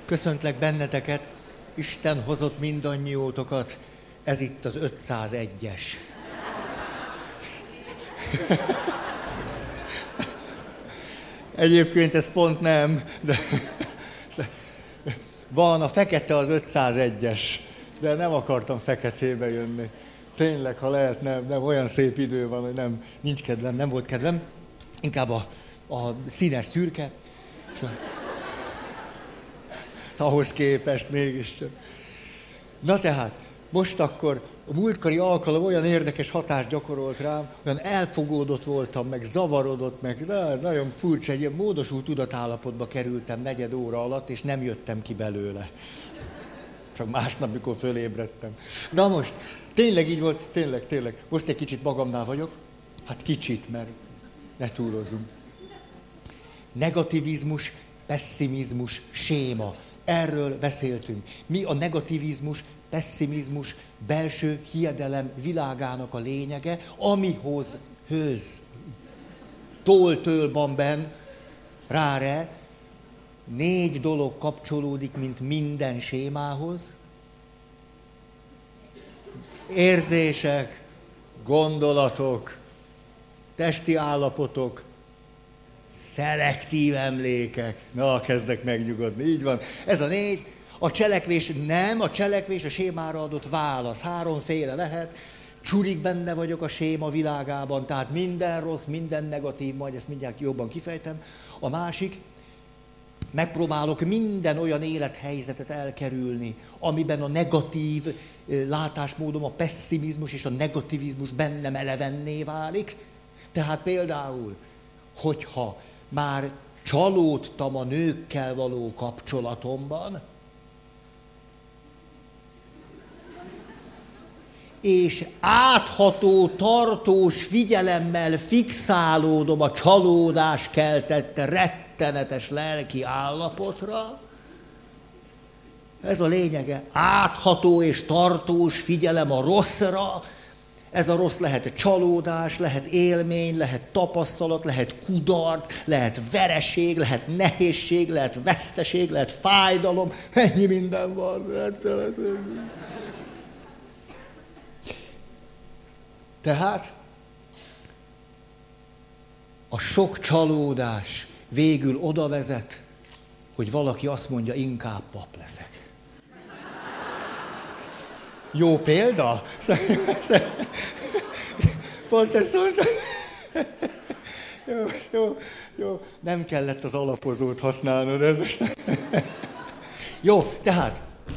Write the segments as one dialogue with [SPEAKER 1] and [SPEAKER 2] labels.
[SPEAKER 1] Köszöntlek benneteket, Isten hozott mindannyiótokat, ez itt az 501-es. Egyébként ez pont nem, de van a fekete az 501-es, de nem akartam feketébe jönni. Tényleg, ha lehet, nem olyan szép idő van, hogy nincs kedvem, nem volt kedvem. Inkább a színes szürke. Ahhoz képest mégiscsak. Na tehát, most akkor a múltkori alkalom olyan érdekes hatást gyakorolt rám, olyan elfogódott voltam, meg zavarodott, meg nagyon furcsa, egy ilyen módosult tudatállapotba kerültem 4 óra alatt, és nem jöttem ki belőle. Csak másnap, mikor fölébredtem. Na most, tényleg így volt, tényleg. Most egy kicsit magamnál vagyok. Hát kicsit, mert ne túlozzunk. Negativizmus, pessimizmus, séma. Erről beszéltünk. Mi a negativizmus, pessimizmus, belső hiedelem világának a lényege, amihoz től-banben, ráre, 4 dolog kapcsolódik, mint minden sémához. Érzések, gondolatok, testi állapotok, szelektív emlékek. Na, kezdek megnyugodni, így van. Ez a 4. A cselekvés a sémára adott válasz. 3 féle lehet. Csurik benne vagyok a séma világában, tehát minden rossz, minden negatív, majd ezt mindjárt jobban kifejtem. A másik, megpróbálok minden olyan élethelyzetet elkerülni, amiben a negatív látásmódom, a pessimizmus és a negativizmus bennem elevenné válik. Tehát például, hogyha már csalódtam a nőkkel való kapcsolatomban, és átható, tartós figyelemmel fixálódom a csalódás keltette rettenetes lelki állapotra, ez a lényege, átható és tartós figyelem a rosszra. Ez a rossz lehet csalódás, lehet élmény, lehet tapasztalat, lehet kudarc, lehet vereség, lehet nehézség, lehet veszteség, lehet fájdalom, ennyi minden van. Tehát a sok csalódás végül oda vezet, hogy valaki azt mondja, inkább pap leszek. Jó példa? Pont ezt mondtam. Jó. Nem kellett az alapozót használnod, ez most. Jó, tehát.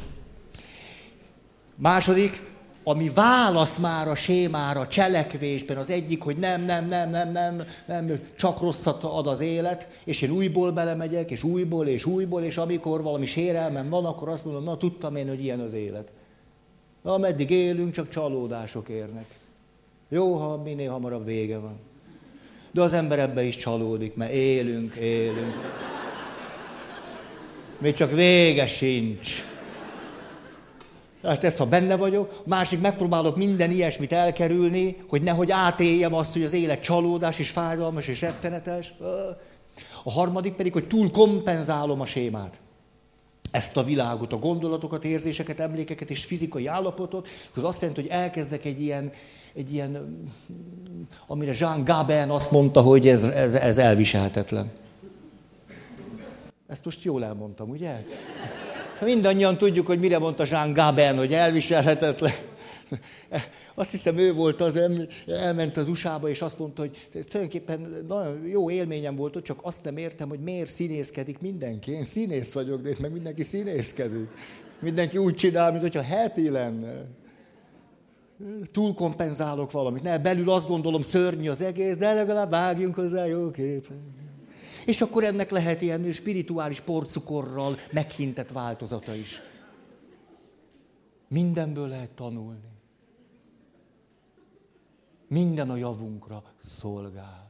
[SPEAKER 1] Második, ami válasz már a sémára, cselekvésben, az egyik, hogy nem, csak rosszat ad az élet, és én újból belemegyek, és újból, és amikor valami sérelmem van, akkor azt mondom, na tudtam én, hogy ilyen az élet. Ameddig élünk, csak csalódások érnek. Jó, ha minél hamarabb vége van. De az ember ebbe is csalódik, mert élünk. Még csak vége sincs. Hát ezt, ha benne vagyok, másik megpróbálok minden ilyesmit elkerülni, hogy nehogy átéljem azt, hogy az élet csalódás és fájdalmas és rettenetes. A harmadik pedig, hogy túl kompenzálom a sémát. Ezt a világot, a gondolatokat, érzéseket, emlékeket és fizikai állapotot, az azt jelenti, hogy elkezdek egy ilyen, amire Jean Gabin azt mondta, hogy ez elviselhetetlen. Ezt most jól elmondtam, ugye? Mindannyian tudjuk, hogy mire mondta Jean Gabin, hogy elviselhetetlen. Azt hiszem, ő volt az, elment az USA-ba, és azt mondta, hogy tulajdonképpen nagyon jó élményem volt, csak azt nem értem, hogy miért színészkedik mindenki. Én színész vagyok, de itt meg mindenki színészkedik. Mindenki úgy csinál, mintha happy lenne. Túl kompenzálok valamit. Ne, belül azt gondolom, szörnyű az egész, de legalább vágjunk hozzá jó képen. És akkor ennek lehet ilyen spirituális porcukorral meghintett változata is. Mindenből lehet tanulni. Minden a javunkra szolgál.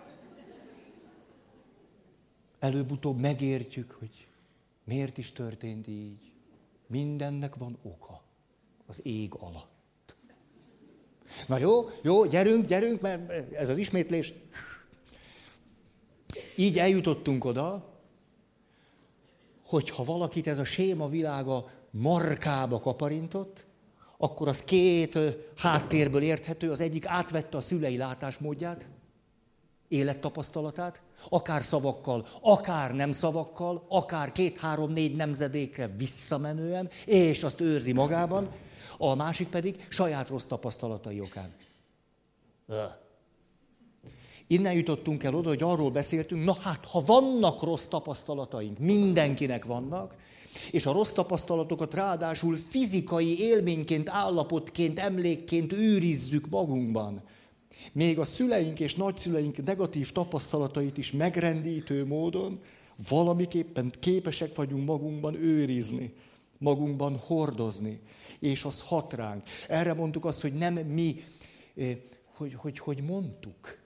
[SPEAKER 1] Előbb-utóbb megértjük, hogy miért is történt így. Mindennek van oka az ég alatt. Na jó, gyerünk, mert ez az ismétlés. Így eljutottunk oda, hogyha valakit ez a séma világa markába kaparintott, akkor az két háttérből érthető. Az egyik átvette a szülei látásmódját, élettapasztalatát, akár szavakkal, akár nem szavakkal, akár 2-3-4 nemzedékre visszamenően, és azt őrzi magában, a másik pedig saját rossz tapasztalatai okán. Innen jutottunk el oda, hogy arról beszéltünk, na hát, ha vannak rossz tapasztalataink, mindenkinek vannak, és a rossz tapasztalatokat ráadásul fizikai élményként, állapotként, emlékként őrizzük magunkban, még a szüleink és nagyszüleink negatív tapasztalatait is megrendítő módon valamiképpen képesek vagyunk magunkban őrizni, magunkban hordozni, és az hat ránk. Erre mondtuk azt, hogy nem mi, hogy mondtuk.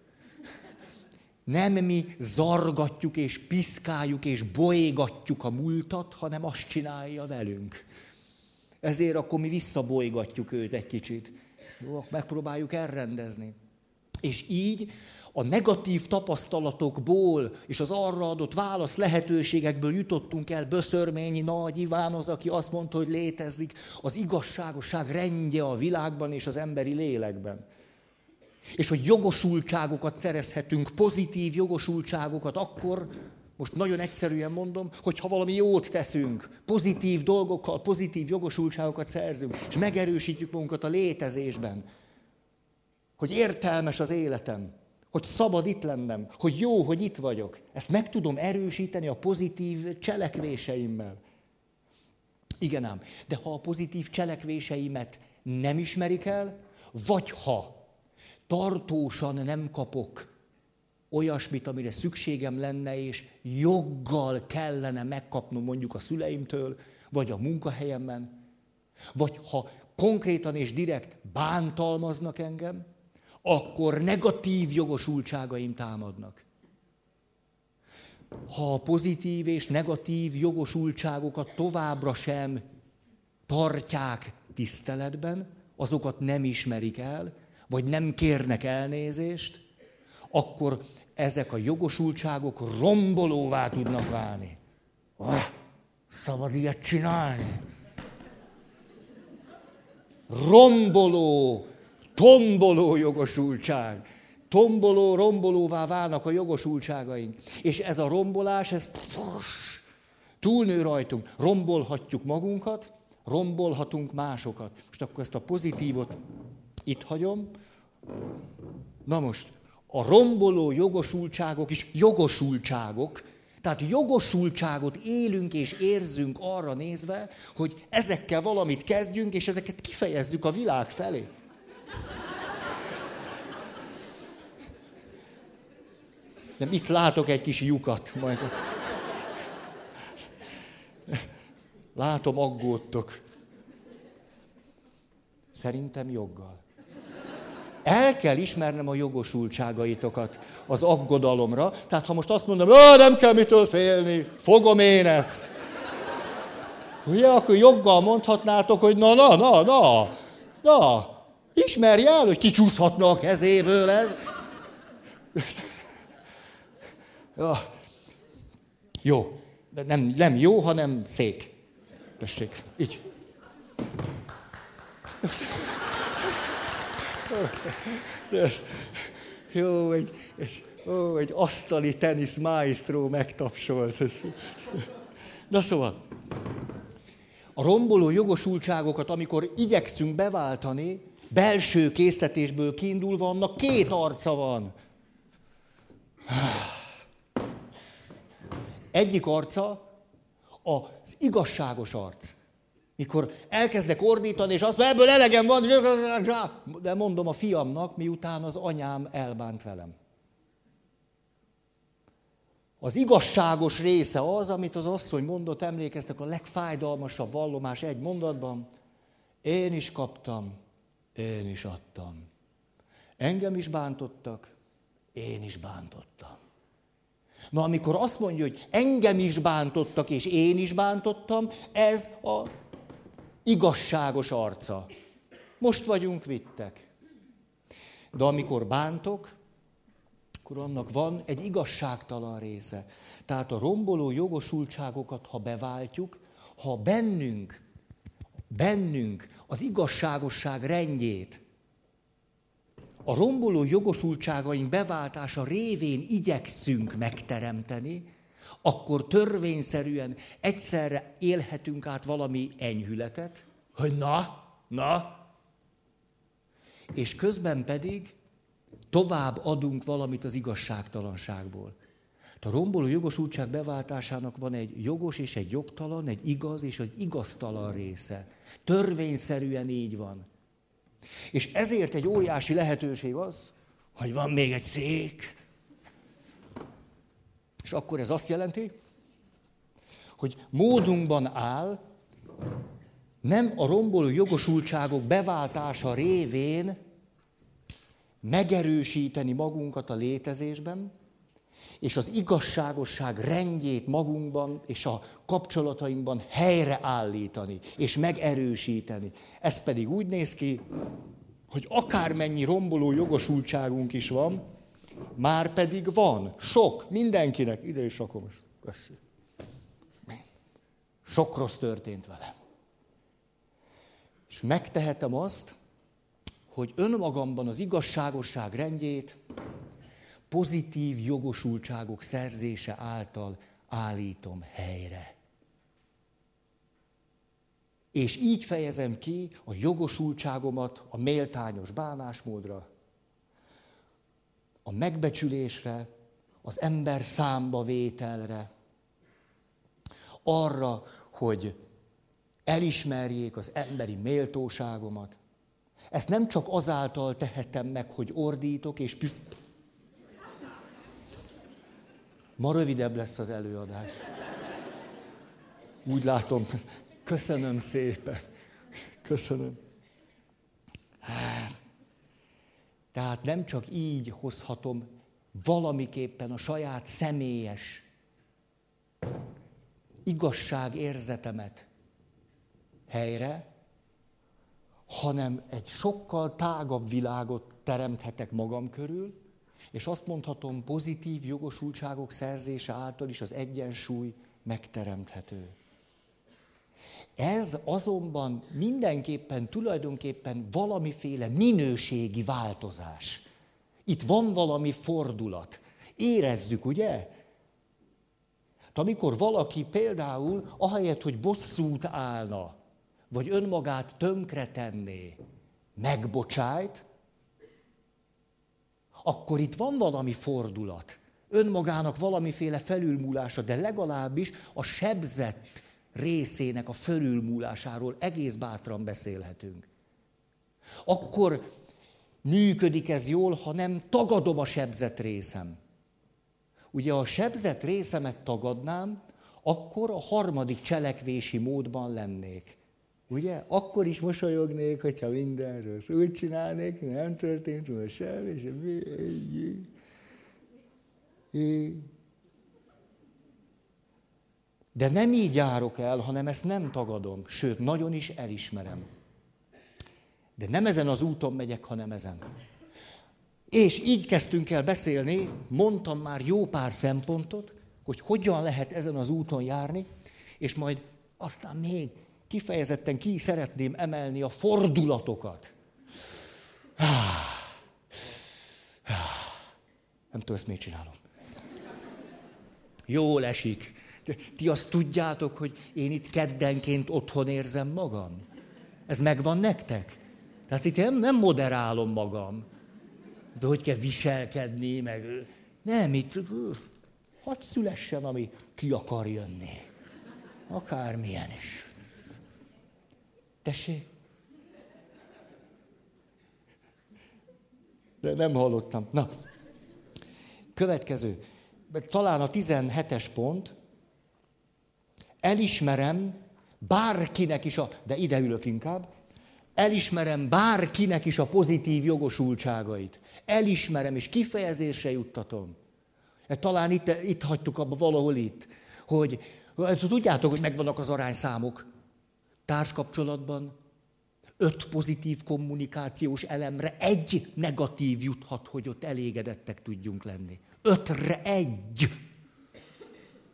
[SPEAKER 1] Nem mi zargatjuk és piszkáljuk és bolygatjuk a múltat, hanem azt csinálja velünk. Ezért akkor mi visszabolygatjuk őt egy kicsit. Jó, megpróbáljuk elrendezni. És így a negatív tapasztalatokból és az arra adott válasz lehetőségekből jutottunk el Böszörményi Nagy Ivánhoz, aki azt mondta, hogy létezik az igazságosság rendje a világban és az emberi lélekben. És hogy jogosultságokat szerezhetünk, pozitív jogosultságokat akkor, most nagyon egyszerűen mondom, hogy ha valami jót teszünk, pozitív dolgokkal, pozitív jogosultságokat szerzünk, és megerősítjük magunkat a létezésben, hogy értelmes az életem, hogy szabad itt lennem, hogy jó, hogy itt vagyok. Ezt meg tudom erősíteni a pozitív cselekvéseimmel. Igen ám, de ha a pozitív cselekvéseimet nem ismerik el, vagy ha tartósan nem kapok olyasmit, amire szükségem lenne, és joggal kellene megkapnom mondjuk a szüleimtől, vagy a munkahelyemben, vagy ha konkrétan és direkt bántalmaznak engem, akkor negatív jogosultságaim támadnak. Ha a pozitív és negatív jogosultságokat továbbra sem tartják tiszteletben, azokat nem ismerik el, vagy nem kérnek elnézést, akkor ezek a jogosultságok rombolóvá tudnak válni. Szabad ilyet csinálni? Romboló, tomboló jogosultság. Tomboló, rombolóvá válnak a jogosultságaink. És ez a rombolás, ez túlnő rajtunk. Rombolhatjuk magunkat, rombolhatunk másokat. Most akkor ezt a pozitívot itt hagyom. Na most, a romboló jogosultságok is jogosultságok, tehát jogosultságot élünk és érzünk arra nézve, hogy ezekkel valamit kezdjünk, és ezeket kifejezzük a világ felé. Nem, itt látok egy kis lyukat, majd. Látom, aggódtok. Szerintem joggal. El kell ismernem a jogosultságaitokat az aggodalomra. Tehát ha most azt mondom, nem kell mitől félni, fogom én ezt. Ugye, akkor joggal mondhatnátok, hogy na, ismerj el, hogy kicsúszhatna a kezéből ez. Ja. Jó, de nem jó, hanem szék. Tessék, így. Jó, egy asztali tenisz maestro megtapsolt. Na szóval, a romboló jogosultságokat, amikor igyekszünk beváltani, belső késztetésből kiindulva, annak két arca van. Egyik arca az igazságos arc. Mikor elkezdek ordítani, és azt mondom, ebből elegem van, de mondom a fiamnak, miután az anyám elbánt velem. Az igazságos része az, amit az asszony mondott, emlékeztek, a legfájdalmasabb vallomás egy mondatban. Én is kaptam, én is adtam. Engem is bántottak, én is bántottam. Na, amikor azt mondja, hogy engem is bántottak, és én is bántottam, ez a igazságos arca. Most vagyunk vittek. De amikor bántok, akkor annak van egy igazságtalan része. Tehát a romboló jogosultságokat, ha beváltjuk, ha bennünk az igazságosság rendjét, a romboló jogosultságaink beváltása révén igyekszünk megteremteni, akkor törvényszerűen egyszerre élhetünk át valami enyhületet, hogy na, és közben pedig tovább adunk valamit az igazságtalanságból. A romboló jogosultság beváltásának van egy jogos és egy jogtalan, egy igaz és egy igaztalan része. Törvényszerűen így van. És ezért egy óriási lehetőség az, hogy van még egy szék. És akkor ez azt jelenti, hogy módunkban áll, nem a romboló jogosultságok beváltása révén megerősíteni magunkat a létezésben, és az igazságosság rendjét magunkban és a kapcsolatainkban helyreállítani, és megerősíteni. Ez pedig úgy néz ki, hogy akármennyi romboló jogosultságunk is van, már pedig van, sok, mindenkinek, ide is rakom ezt. Köszi. Sok rossz történt velem. És megtehetem azt, hogy önmagamban az igazságosság rendjét pozitív jogosultságok szerzése által állítom helyre. És így fejezem ki a jogosultságomat a méltányos bánásmódra, a megbecsülésre, az ember számba vételre, arra, hogy elismerjék az emberi méltóságomat. Ezt nem csak azáltal tehetem meg, hogy ordítok és Ma rövidebb lesz az előadás. Úgy látom. Köszönöm szépen. Köszönöm. Tehát nem csak így hozhatom valamiképpen a saját személyes igazságérzetemet helyre, hanem egy sokkal tágabb világot teremthetek magam körül, és azt mondhatom, pozitív jogosultságok szerzése által is az egyensúly megteremthető. Ez azonban mindenképpen, tulajdonképpen valamiféle minőségi változás. Itt van valami fordulat. Érezzük, ugye? Amikor valaki például, ahelyett, hogy bosszút állna, vagy önmagát tönkretenné, megbocsájt, akkor itt van valami fordulat. Önmagának valamiféle felülmúlása, de legalábbis a sebzett részének a fölülmúlásáról egész bátran beszélhetünk. Akkor működik ez jól, ha nem tagadom a sebzett részem. Ugye, ha a sebzett részemet tagadnám, akkor a harmadik cselekvési módban lennék. Ugye? Akkor is mosolyognék, hogyha mindenről úgy csinálnék, nem történt volna semmi, de nem így járok el, hanem ezt nem tagadom, sőt, nagyon is elismerem. De nem ezen az úton megyek, hanem ezen. És így kezdtünk el beszélni, mondtam már jó pár szempontot, hogy hogyan lehet ezen az úton járni, és majd aztán még kifejezetten ki szeretném emelni a fordulatokat. Nem tudom, ezt miért csinálom. Jól esik. De ti azt tudjátok, hogy én itt keddenként otthon érzem magam? Ez megvan nektek? Tehát itt nem moderálom magam. De hogy kell viselkedni, meg... Nem, itt hadd szülessen, ami ki akar jönni. Akármilyen is. Tessék? De nem hallottam. Na, következő. Talán a 17-es pont. Elismerem bárkinek is de ide ülök inkább, elismerem bárkinek is a pozitív jogosultságait. Elismerem és kifejezésre juttatom. Talán itt hagytuk abba, valahol itt, hogy tudjátok, hogy megvannak az arányszámok társkapcsolatban. 5 pozitív kommunikációs elemre 1 negatív juthat, hogy ott elégedettek tudjunk lenni. 5-re 1.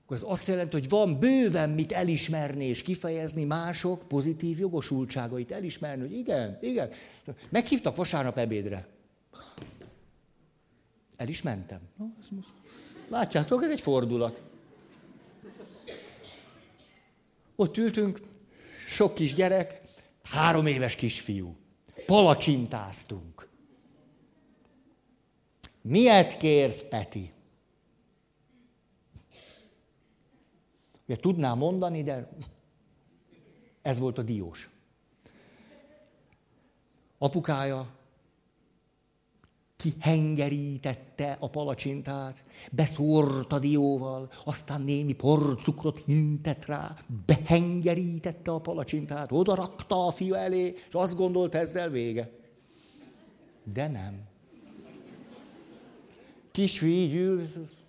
[SPEAKER 1] akkor ez azt jelenti, hogy van bőven mit elismerni és kifejezni mások pozitív jogosultságait. Elismerni, hogy igen. Meghívtak vasárnap ebédre. El is mentem. Látjátok, ez egy fordulat. Ott ültünk, sok kisgyerek, 3 éves kisfiú. Palacsintáztunk. Miért kérsz, Peti? Ugye tudnám mondani, de ez volt a diós. Apukája kihengerítette a palacsintát, beszórta dióval, aztán némi porcukrot hintett rá, behengerítette a palacsintát, odarakta a fia elé, és azt gondolta, ezzel vége. De nem. Kisfiú így ül,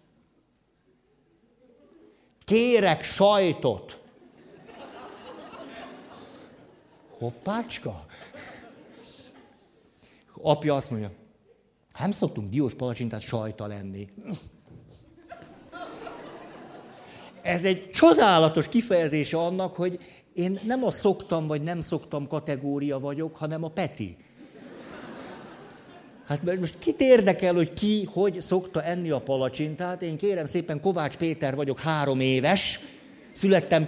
[SPEAKER 1] kérek sajtot. Hoppácska. Apja azt mondja, nem szoktunk diós palacsintát sajttal enni. Ez egy csodálatos kifejezése annak, hogy én nem a szoktam vagy nem szoktam kategória vagyok, hanem a Peti. Hát most kit érdekel, hogy ki, hogy szokta enni a palacsintát? Én kérem szépen, Kovács Péter vagyok, 3 éves, születtem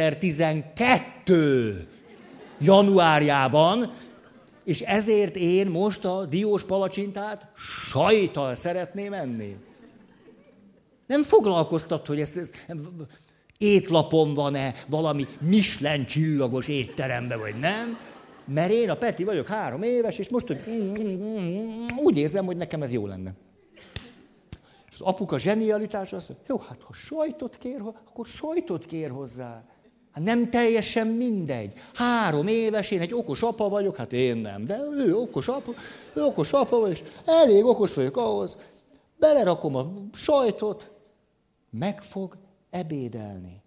[SPEAKER 1] 2012. januárjában, és ezért én most a diós palacsintát sajttal szeretném enni. Nem foglalkoztat, hogy ez étlapon van-e, valami Michelin csillagos étteremben, vagy nem. Mert én a Peti vagyok, 3 éves, és most hogy úgy érzem, hogy nekem ez jó lenne. Az apuka zsenialitása azt mondja, jó, hát ha sajtot kér, akkor sajtot kér hozzá. Hát nem teljesen mindegy. 3 éves, én egy okos apa vagyok, hát én nem, de ő okos apa vagy, és elég okos vagyok ahhoz, belerakom a sajtot, meg fog ebédelni.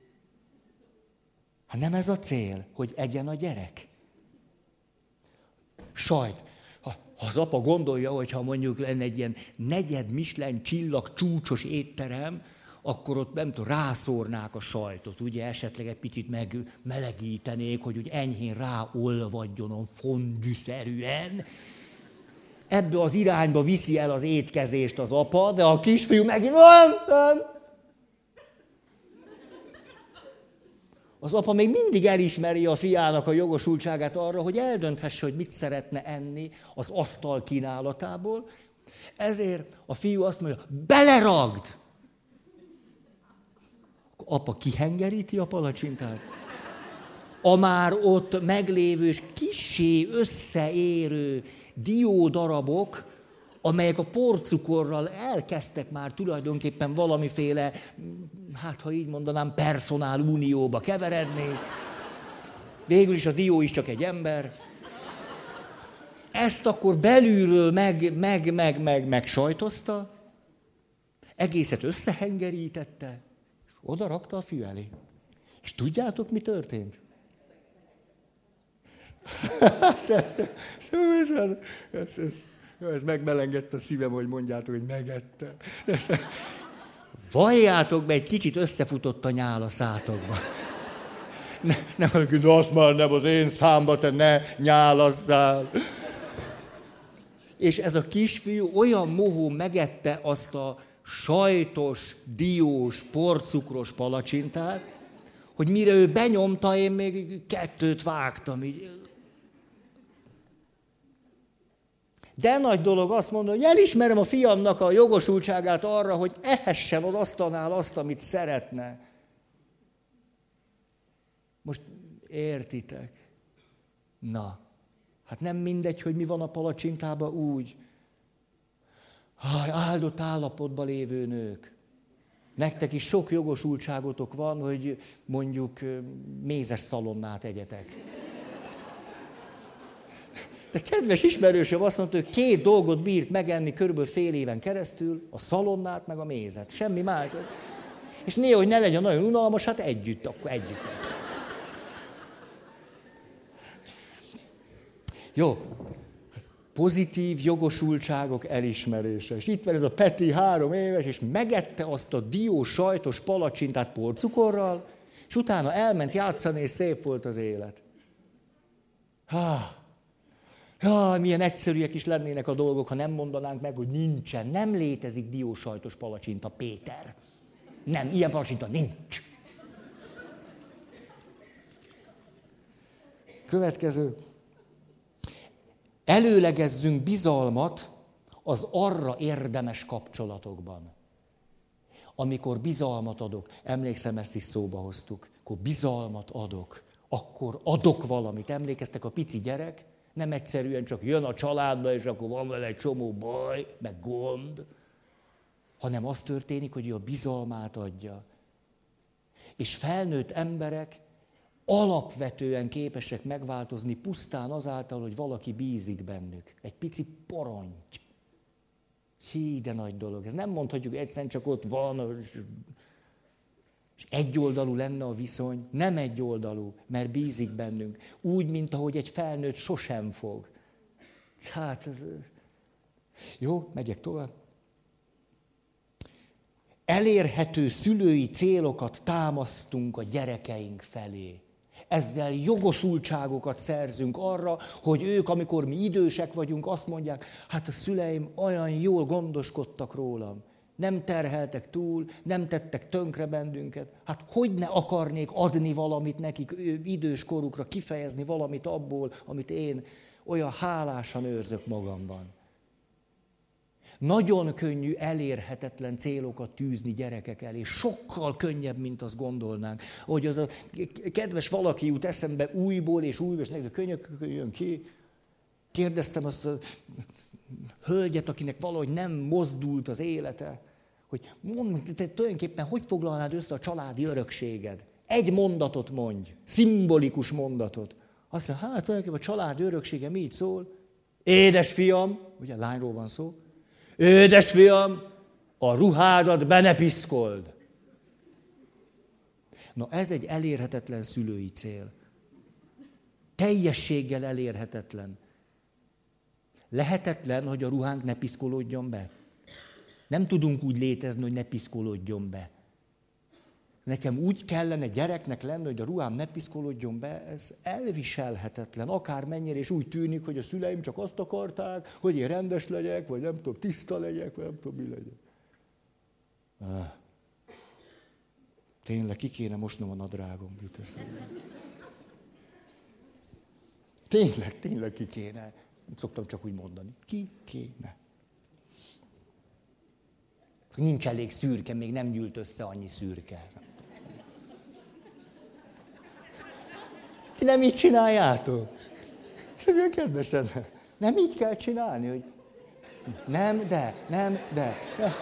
[SPEAKER 1] Hát nem ez a cél, hogy egyen a gyerek. Sajt. Ha az apa gondolja, hogy ha mondjuk lenne egy ilyen 4. Michelin csillag csúcsos étterem, akkor ott nem tudom, rászórnák a sajtot, ugye esetleg egy picit megmelegítenék, hogy úgy enyhén ráolvadjon fondűszerűen. Ebbe az irányba viszi el az étkezést az apa, de a kisfiú megint nem. Az apa még mindig elismeri a fiának a jogosultságát arra, hogy eldönthesse, hogy mit szeretne enni az asztal kínálatából. Ezért a fiú azt mondja, beleragd! Apa kihengeríti a palacsintát. A már ott meglévő és kissé összeérő diódarabok, amelyek a porcukorral elkezdtek már tulajdonképpen valamiféle, hát ha így mondanám, personál unióba keveredni. Végül is a dió is csak egy ember. Ezt akkor belülről meg sajtozta, egészet összehengerítette, és oda rakta a fű elé. És tudjátok, mi történt? Ez megmelengedte a szívem, hogy mondjátok, hogy megette. Valljátok be, egy kicsit összefutott a nyál a szátokba. Nem, azt már nem az én számba, te ne nyálazzál. És ez a kisfiú olyan mohón megette azt a sajtos, diós, porcukros palacsintát, hogy mire ő benyomta, én még 2 vágtam így. De nagy dolog azt mondani, hogy elismerem a fiamnak a jogosultságát arra, hogy ehessen az asztalnál azt, amit szeretne. Most értitek? Na, hát nem mindegy, hogy mi van a palacsintában úgy. Áldott állapotban lévő nők. Nektek is sok jogosultságotok van, hogy mondjuk mézes szalonnát egyetek. De kedves ismerősöm azt mondta, hogy 2 dolgot bírt megenni körülbelül fél éven keresztül, a szalonnát meg a mézet. Semmi más. És néha, hogy ne legyen nagyon unalmas, hát együtt. Jó. Pozitív jogosultságok elismerése. És itt van ez a Peti 3 éves, és megette azt a diós sajtos palacsintát porcukorral, és utána elment játszani, és szép volt az élet. Milyen egyszerűek is lennének a dolgok, ha nem mondanánk meg, hogy nincsen, nem létezik diós sajtos palacsinta, Péter. Nem, ilyen palacsinta nincs. Következő. Előlegezzünk bizalmat az arra érdemes kapcsolatokban. Amikor bizalmat adok, emlékszem, ezt is szóba hoztuk, akkor bizalmat adok, akkor adok valamit. Emlékeztek, a pici gyerek nem egyszerűen csak jön a családba, és akkor van vele egy csomó baj, meg gond, hanem az történik, hogy ő a bizalmát adja. És felnőtt emberek alapvetően képesek megváltozni pusztán azáltal, hogy valaki bízik bennük. Egy pici poronty. Hí, de nagy dolog. Ez nem mondhatjuk, egyszerűen csak ott van, és egyoldalú lenne a viszony. Nem egyoldalú, mert bízik bennünk. Úgy, mint ahogy egy felnőtt sosem fog. Hát, jó, megyek tovább. Elérhető szülői célokat támasztunk a gyerekeink felé. Ezzel jogosultságokat szerzünk arra, hogy ők, amikor mi idősek vagyunk, azt mondják, hát a szüleim olyan jól gondoskodtak rólam. Nem terheltek túl, nem tettek tönkre bennünket. Hát hogy ne akarnék adni valamit nekik idős korukra, kifejezni valamit abból, amit én olyan hálásan őrzök magamban. Nagyon könnyű elérhetetlen célokat tűzni gyerekek elé. Sokkal könnyebb, mint azt gondolnánk. Hogy az a kedves valaki jut eszembe újból, és neki a könyök jön ki. Kérdeztem azt a hölgyet, akinek valahogy nem mozdult az élete, hogy mondd, te tulajdonképpen hogy foglalnád össze a családi örökséged? Egy mondatot mondj, szimbolikus mondatot. Azt mondja, hát tulajdonképpen a családi öröksége mi így szól? Édes fiam, ugye lányról van szó, édes fiam, a ruhádat be ne piszkold. Na ez egy elérhetetlen szülői cél. Teljességgel elérhetetlen. Lehetetlen, hogy a ruhánk ne piszkolódjon be. Nem tudunk úgy létezni, hogy ne piszkolódjon be. Nekem úgy kellene gyereknek lenni, hogy a ruhám ne piszkolódjon be, ez elviselhetetlen. Akármennyire, és úgy tűnik, hogy a szüleim csak azt akarták, hogy én rendes legyek, vagy nem tudom, tiszta legyek, vagy nem tudom, mi legyek. Tényleg ki kéne mosnom a nadrágom, jut eszembe. Tényleg ki kéne. Szoktam csak úgy mondani. Ki kéne. Nincs elég szürke, még nem gyűlt össze annyi szürke. Ti nem így csináljátok? Milyen kedvesen. Nem így kell csinálni, hogy nem, de.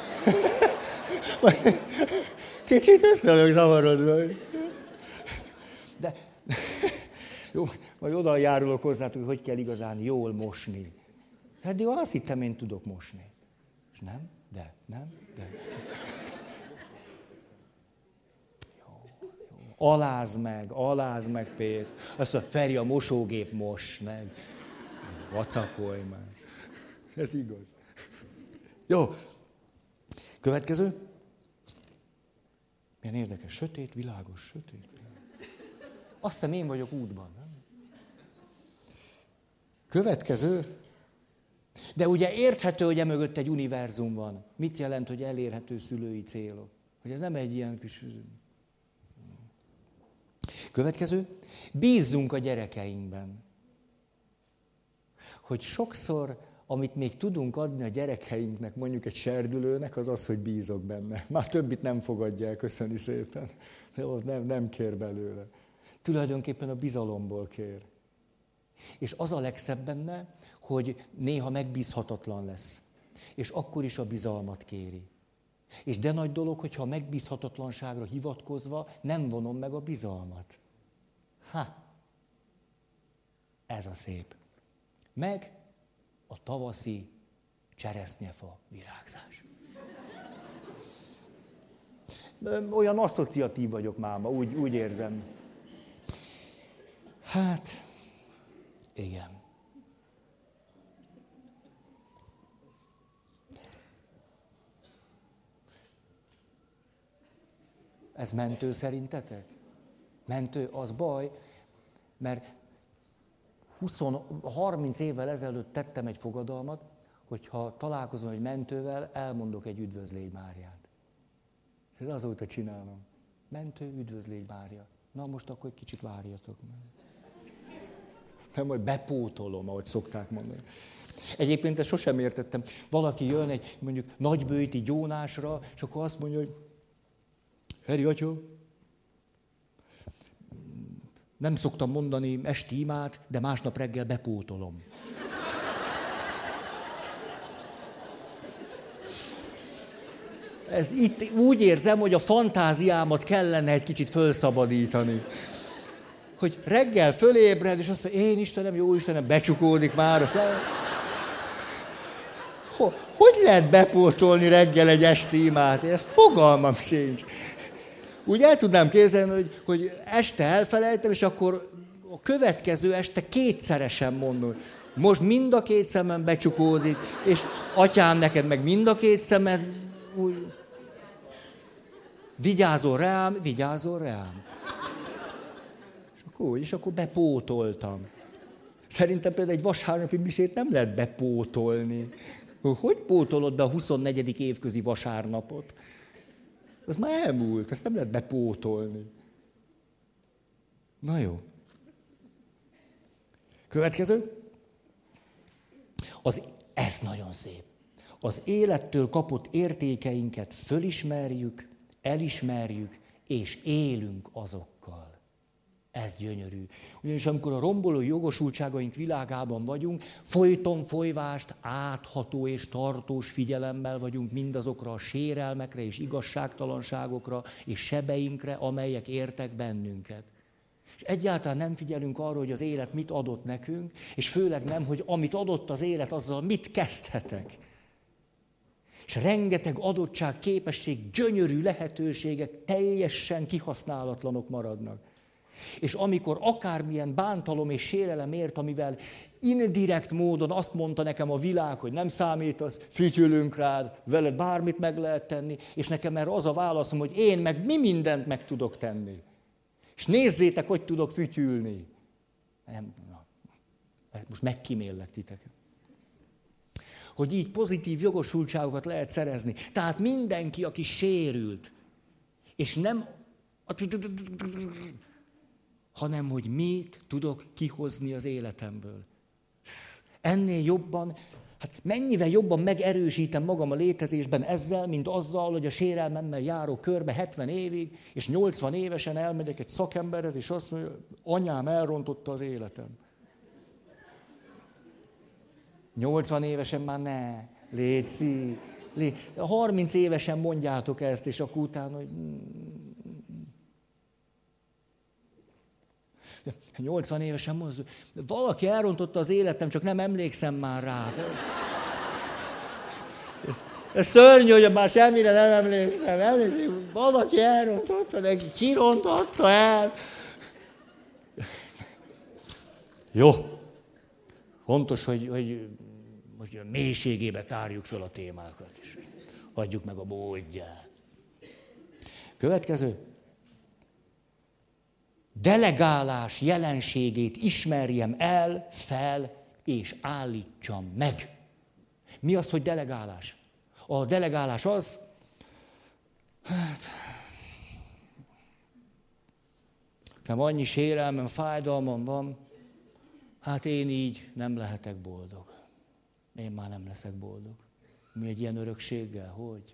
[SPEAKER 1] Kicsit össze vagyok zavarodva. De jó, majd oda járulok hozzátok, hogy kell igazán jól mosni. Eddig azt hittem, én tudok mosni. És nem, de. Alázd meg, Pét. Azt mondja, Feri, a mosógép mos, meg. Vacakolj meg. Ez igaz. Jó. Következő. Milyen érdekes. Sötét, világos, sötét. Azt hiszem, én vagyok útban. Nem? Következő. De ugye érthető, hogy emögött egy univerzum van. Mit jelent, hogy elérhető szülői célok? Hogy ez nem egy ilyen kis... Következő. Bízzunk a gyerekeinkben. Hogy sokszor, amit még tudunk adni a gyerekeinknek, mondjuk egy serdülőnek, az az, hogy bízok benne. Már többit nem fogadja el, köszöni szépen. Nem kér belőle. Tulajdonképpen a bizalomból kér. És az a legszebb benne, hogy néha megbízhatatlan lesz. És akkor is a bizalmat kéri. És de nagy dolog, hogyha a megbízhatatlanságra hivatkozva nem vonom meg a bizalmat. Ez a szép. Meg a tavaszi cseresznyefa virágzás. Olyan asszociatív vagyok máma, úgy érzem. Hát, igen. Ez mentő szerintetek? Mentő, az baj, mert 30 évvel ezelőtt tettem egy fogadalmat, hogyha találkozom egy mentővel, elmondok egy üdvözlégy Máriát. Ez azóta csinálom. Mentő, üdvözlégy Mária. Na most akkor egy kicsit várjatok meg. Nem, majd bepótolom, ahogy szokták mondani. Egyébként ezt sosem értettem. Valaki jön egy mondjuk nagybőjti gyónásra, és akkor azt mondja, hogy Feri atya, nem szoktam mondani esti imát, de másnap reggel bepótolom. Ez itt úgy érzem, hogy a fantáziámat kellene egy kicsit fölszabadítani. Hogy reggel fölébred, és azt mondja, én Istenem, jó Istenem, becsukódik már a szem. Hogy lehet bepótolni reggel egy esti imát? Ez fogalmam sincs. Úgy el tudnám képzelni, hogy este elfelejtem, és akkor a következő este kétszeresen mondom. Most mind a két szemem becsukódik, és atyám, neked meg mind a két szemed úgy... Vigyázol rám, vigyázol rám. És akkor bepótoltam. Szerintem például egy vasárnapi misét nem lehet bepótolni. Hogy pótolod be a 24. évközi vasárnapot? Az már elmúlt, ezt nem lehet bepótolni. Na jó. Következő. Ez nagyon szép. Az élettől kapott értékeinket fölismerjük, elismerjük, és élünk azokkal. Ez gyönyörű. Ugyanis amikor a romboló jogosultságaink világában vagyunk, folyton folyvást, átható és tartós figyelemmel vagyunk mindazokra a sérelmekre és igazságtalanságokra és sebeinkre, amelyek értek bennünket. És egyáltalán nem figyelünk arra, hogy az élet mit adott nekünk, és főleg nem, hogy amit adott az élet, azzal mit kezdhetek. És rengeteg adottság, képesség, gyönyörű lehetőségek teljesen kihasználatlanok maradnak. És amikor akármilyen bántalom és sérelem ért, amivel indirekt módon azt mondta nekem a világ, hogy nem számítasz, fütyülünk rád, veled bármit meg lehet tenni, és nekem erre az a válaszom, hogy én meg mi mindent meg tudok tenni. És nézzétek, hogy tudok fütyülni. Nem, most megkíméllek titeket. Hogy így pozitív jogosultságokat lehet szerezni. Tehát mindenki, aki sérült, és nem... hanem hogy mit tudok kihozni az életemből. Ennél jobban, mennyivel jobban megerősítem magam a létezésben ezzel, mint azzal, hogy a sérelmemmel járok körbe 70 évig, és 80 évesen elmegyek egy szakemberhez, és azt mondja, anyám elrontotta az életem. 80 évesen már ne, létszi. 30 évesen mondjátok ezt, és akkor utána, hogy... 80 évesen mondod, valaki elrontotta az életem, csak nem emlékszem már rá. Ez szörnyű, hogy már semmire nem emlékszem. Valaki elrontotta, de ki rontotta el? Jó. Fontos, hogy mélységébe tárjuk föl a témákat, és adjuk meg a módját. Következő. Delegálás jelenségét ismerjem el, fel és állítsam meg. Mi az, hogy delegálás? A delegálás az, nekem annyi sérelmem, fájdalmam van, én így nem lehetek boldog. Én már nem leszek boldog. Mi egy ilyen örökséggel? Hogy?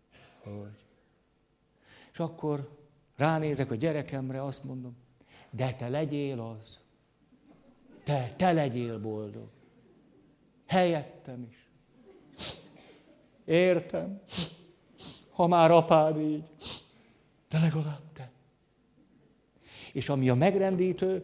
[SPEAKER 1] És akkor ránézek a gyerekemre, azt mondom, de te legyél az. Te legyél boldog. Helyettem is. Értem. Ha már apád így, de legalább te. És ami a megrendítő,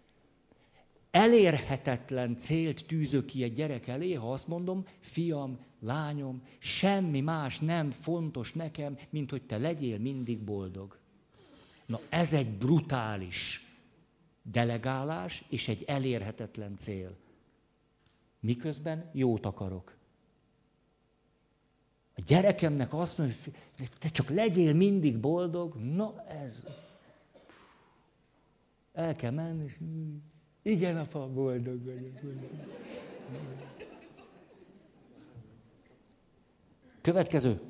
[SPEAKER 1] elérhetetlen célt tűzök ki egy gyerek elé, ha azt mondom, fiam, lányom, semmi más nem fontos nekem, mint hogy te legyél mindig boldog. Na ez egy brutális delegálás és egy elérhetetlen cél. Miközben jót akarok. A gyerekemnek azt mondja, hogy te csak legyél mindig boldog, na ez. El kell menni, és igen, apa, boldog vagyok. Következő.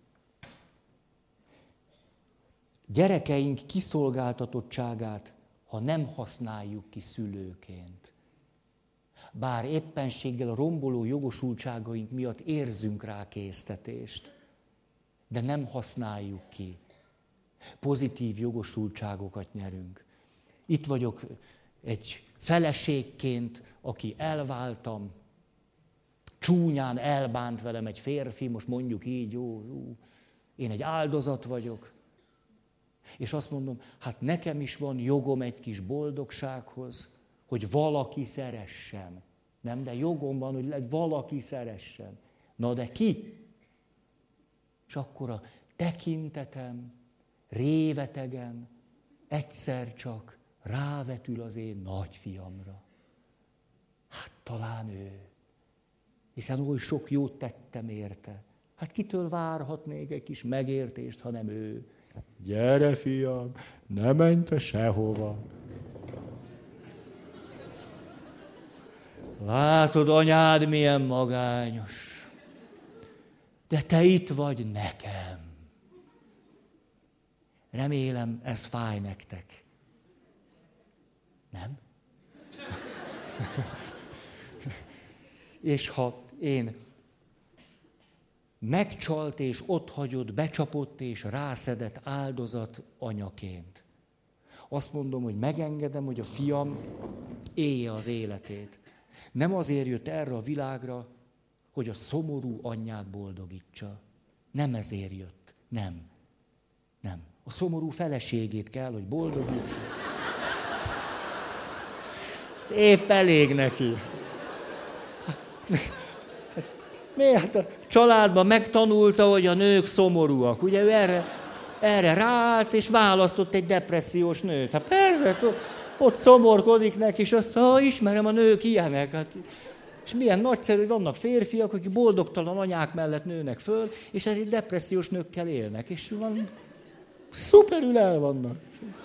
[SPEAKER 1] Gyerekeink kiszolgáltatottságát, ha nem használjuk ki szülőként. Bár éppenséggel a romboló jogosultságaink miatt érzünk rá késztetést, de nem használjuk ki. Pozitív jogosultságokat nyerünk. Itt vagyok egy feleségként, aki elváltam, csúnyán elbánt velem egy férfi, most mondjuk így, jó, én egy áldozat vagyok. És azt mondom, hát nekem is van jogom egy kis boldogsághoz, hogy valaki szeressen. Nem, de jogom van, hogy valaki szeressen. Na de ki? És akkor a tekintetem révetegen egyszer csak rávetül az én nagyfiamra. Hát talán ő. Hiszen oly sok jót tettem érte. Hát kitől várhatnék egy kis megértést, hanem ő. Gyere, fiam, ne menj te sehova. Látod, anyád milyen magányos. De te itt vagy nekem. Remélem, ez fáj nektek. Nem? És ha én megcsalt és otthagyott, becsapott és rászedett áldozat anyaként, azt mondom, hogy megengedem, hogy a fiam élje az életét. Nem azért jött erre a világra, hogy a szomorú anyját boldogítsa. Nem ezért jött. Nem. Nem. A szomorú feleségét kell, hogy boldogítsa. Ez épp elég neki. Miért? A családban megtanulta, hogy a nők szomorúak. Ugye ő erre ráállt, és választott egy depressziós nőt. Hát persze, ott szomorkodik neki, és azt mondja, ismerem, a nők ilyenek. Hát, és milyen nagyszerű, hogy vannak férfiak, akik boldogtalan anyák mellett nőnek föl, és ezért depressziós nőkkel élnek. És van, szuperül el vannak.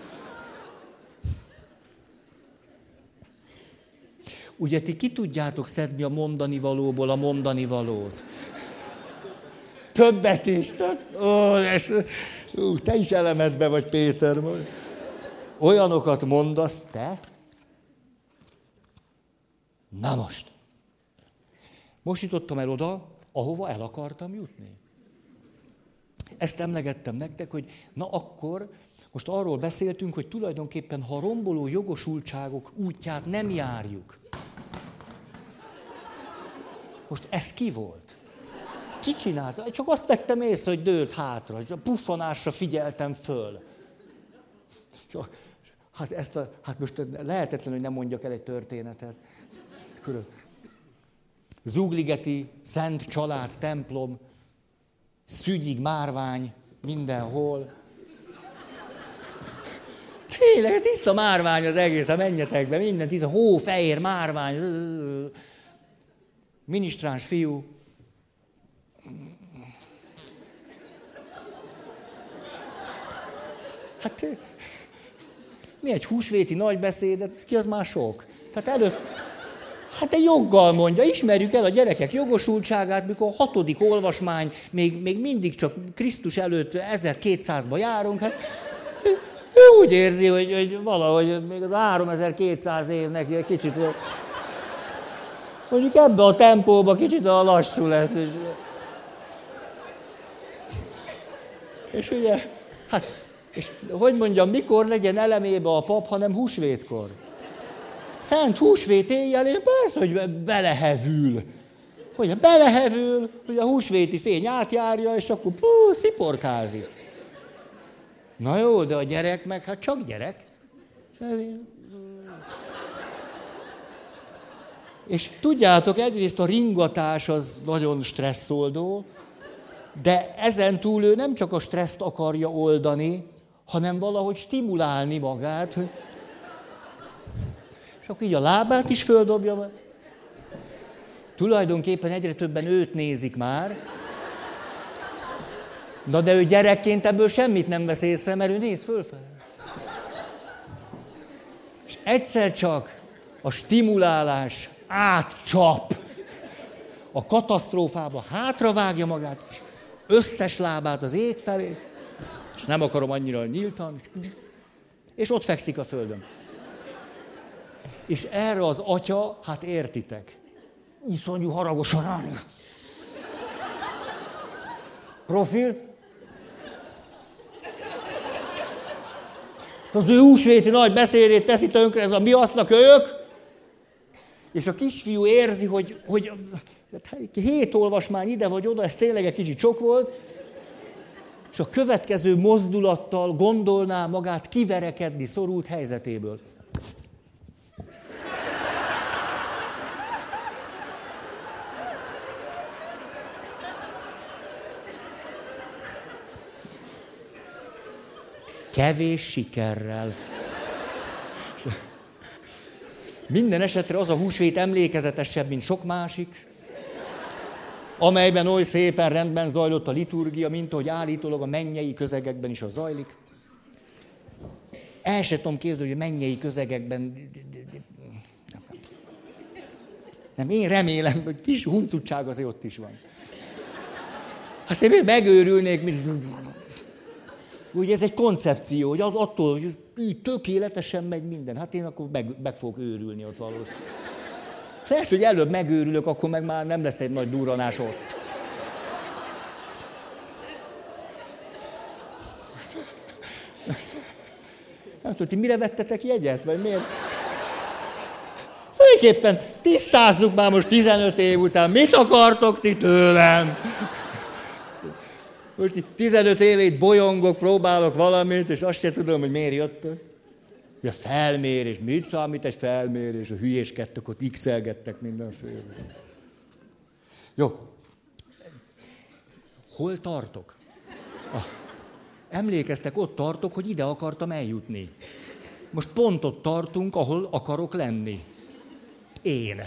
[SPEAKER 1] Ugye ti ki tudjátok szedni a mondani valóból a mondani valót? Többet is. Te is elemedbe vagy, Péter. Olyanokat mondasz, te? Na most. Most jutottam el oda, ahova el akartam jutni. Ezt emlegettem nektek, hogy na akkor, most arról beszéltünk, hogy tulajdonképpen, ha a romboló jogosultságok útját nem járjuk. Most ez ki volt? Ki csinálta? Csak azt vettem észre, hogy dőlt hátra, hogy a puffanásra figyeltem föl. Hát most lehetetlen, hogy nem mondjak el egy történetet. Zugligeti Szent Család templom, szügyig márvány mindenhol. Tényleg, tiszta márvány az egész, menjetek be, minden tiszta, hófehér márvány. Minisztráns fiú. Hát mi egy húsvéti nagybeszédet, ki az már sok? Tehát hát de joggal mondja, ismerjük el a gyerekek jogosultságát, mikor a 6. olvasmány, még mindig csak Krisztus előtt 1200-ba járunk, hát ő úgy érzi, hogy valahogy még az 3200 évnek egy kicsit, mondjuk ebbe a tempóba kicsit a lassú lesz. És ugye, hát, és hogy mondjam, mikor legyen elemébe a pap, hanem húsvétkor? Szent húsvét éjjelén persze, hogy belehevül. Hogy belehevül, hogy a húsvéti fény átjárja, és akkor sziporkázik. Na jó, de a gyerek meg, hát csak gyerek. És tudjátok, egyrészt a ringatás az nagyon stresszoldó, de ezen túl ő nem csak a stresszt akarja oldani, hanem valahogy stimulálni magát. És akkor így a lábát is földobja. Tulajdonképpen egyre többen őt nézik már. Na de ő gyerekként ebből semmit nem vesz észre, mert ő néz fölfelé. És egyszer csak a stimulálás átcsap. A katasztrófába hátravágja magát, összes lábát az ég felé, és nem akarom annyira nyíltan, és ott fekszik a földön. És erre az atya, hát értitek, iszonyú haragosan ránéz. Profil. Az ő húsvéti nagy beszédét teszi tönkre, ez a mi asznak ők. És a kisfiú érzi, hogy 7 olvasmány ide vagy oda, ez tényleg egy kicsit sok volt, és a következő mozdulattal gondolná magát kiverekedni szorult helyzetéből. Kevés sikerrel. Minden esetre az a húsvét emlékezetesebb, mint sok másik, amelyben oly szépen rendben zajlott a liturgia, mint ahogy állítólag a mennyei közegekben is az zajlik. El se tudom képzelni, hogy a mennyei közegekben... Nem, én remélem, hogy kis huncutság azért ott is van. Hát én megőrülnék, mint... Ugye ez egy koncepció, hogy attól, hogy így tökéletesen megy minden. Hát én akkor meg fogok őrülni ott valószínűleg. Lehet, hogy előbb megőrülök, akkor meg már nem lesz egy nagy durranás ott. Nem tudom, ti mire vettetek jegyet, vagy miért? Tulajdonképpen tisztázzuk már most 15 év után, mit akartok ti tőlem? Most 15 évét bolyongok, próbálok valamit, és azt sem tudom, hogy miért jöttök. A felmérés, mit számít egy felmérés? A hülyéskedtek, ott x-elgettek mindenféle. Jó. Hol tartok? Emlékeztek, ott tartok, hogy ide akartam eljutni. Most pont ott tartunk, ahol akarok lenni. Én.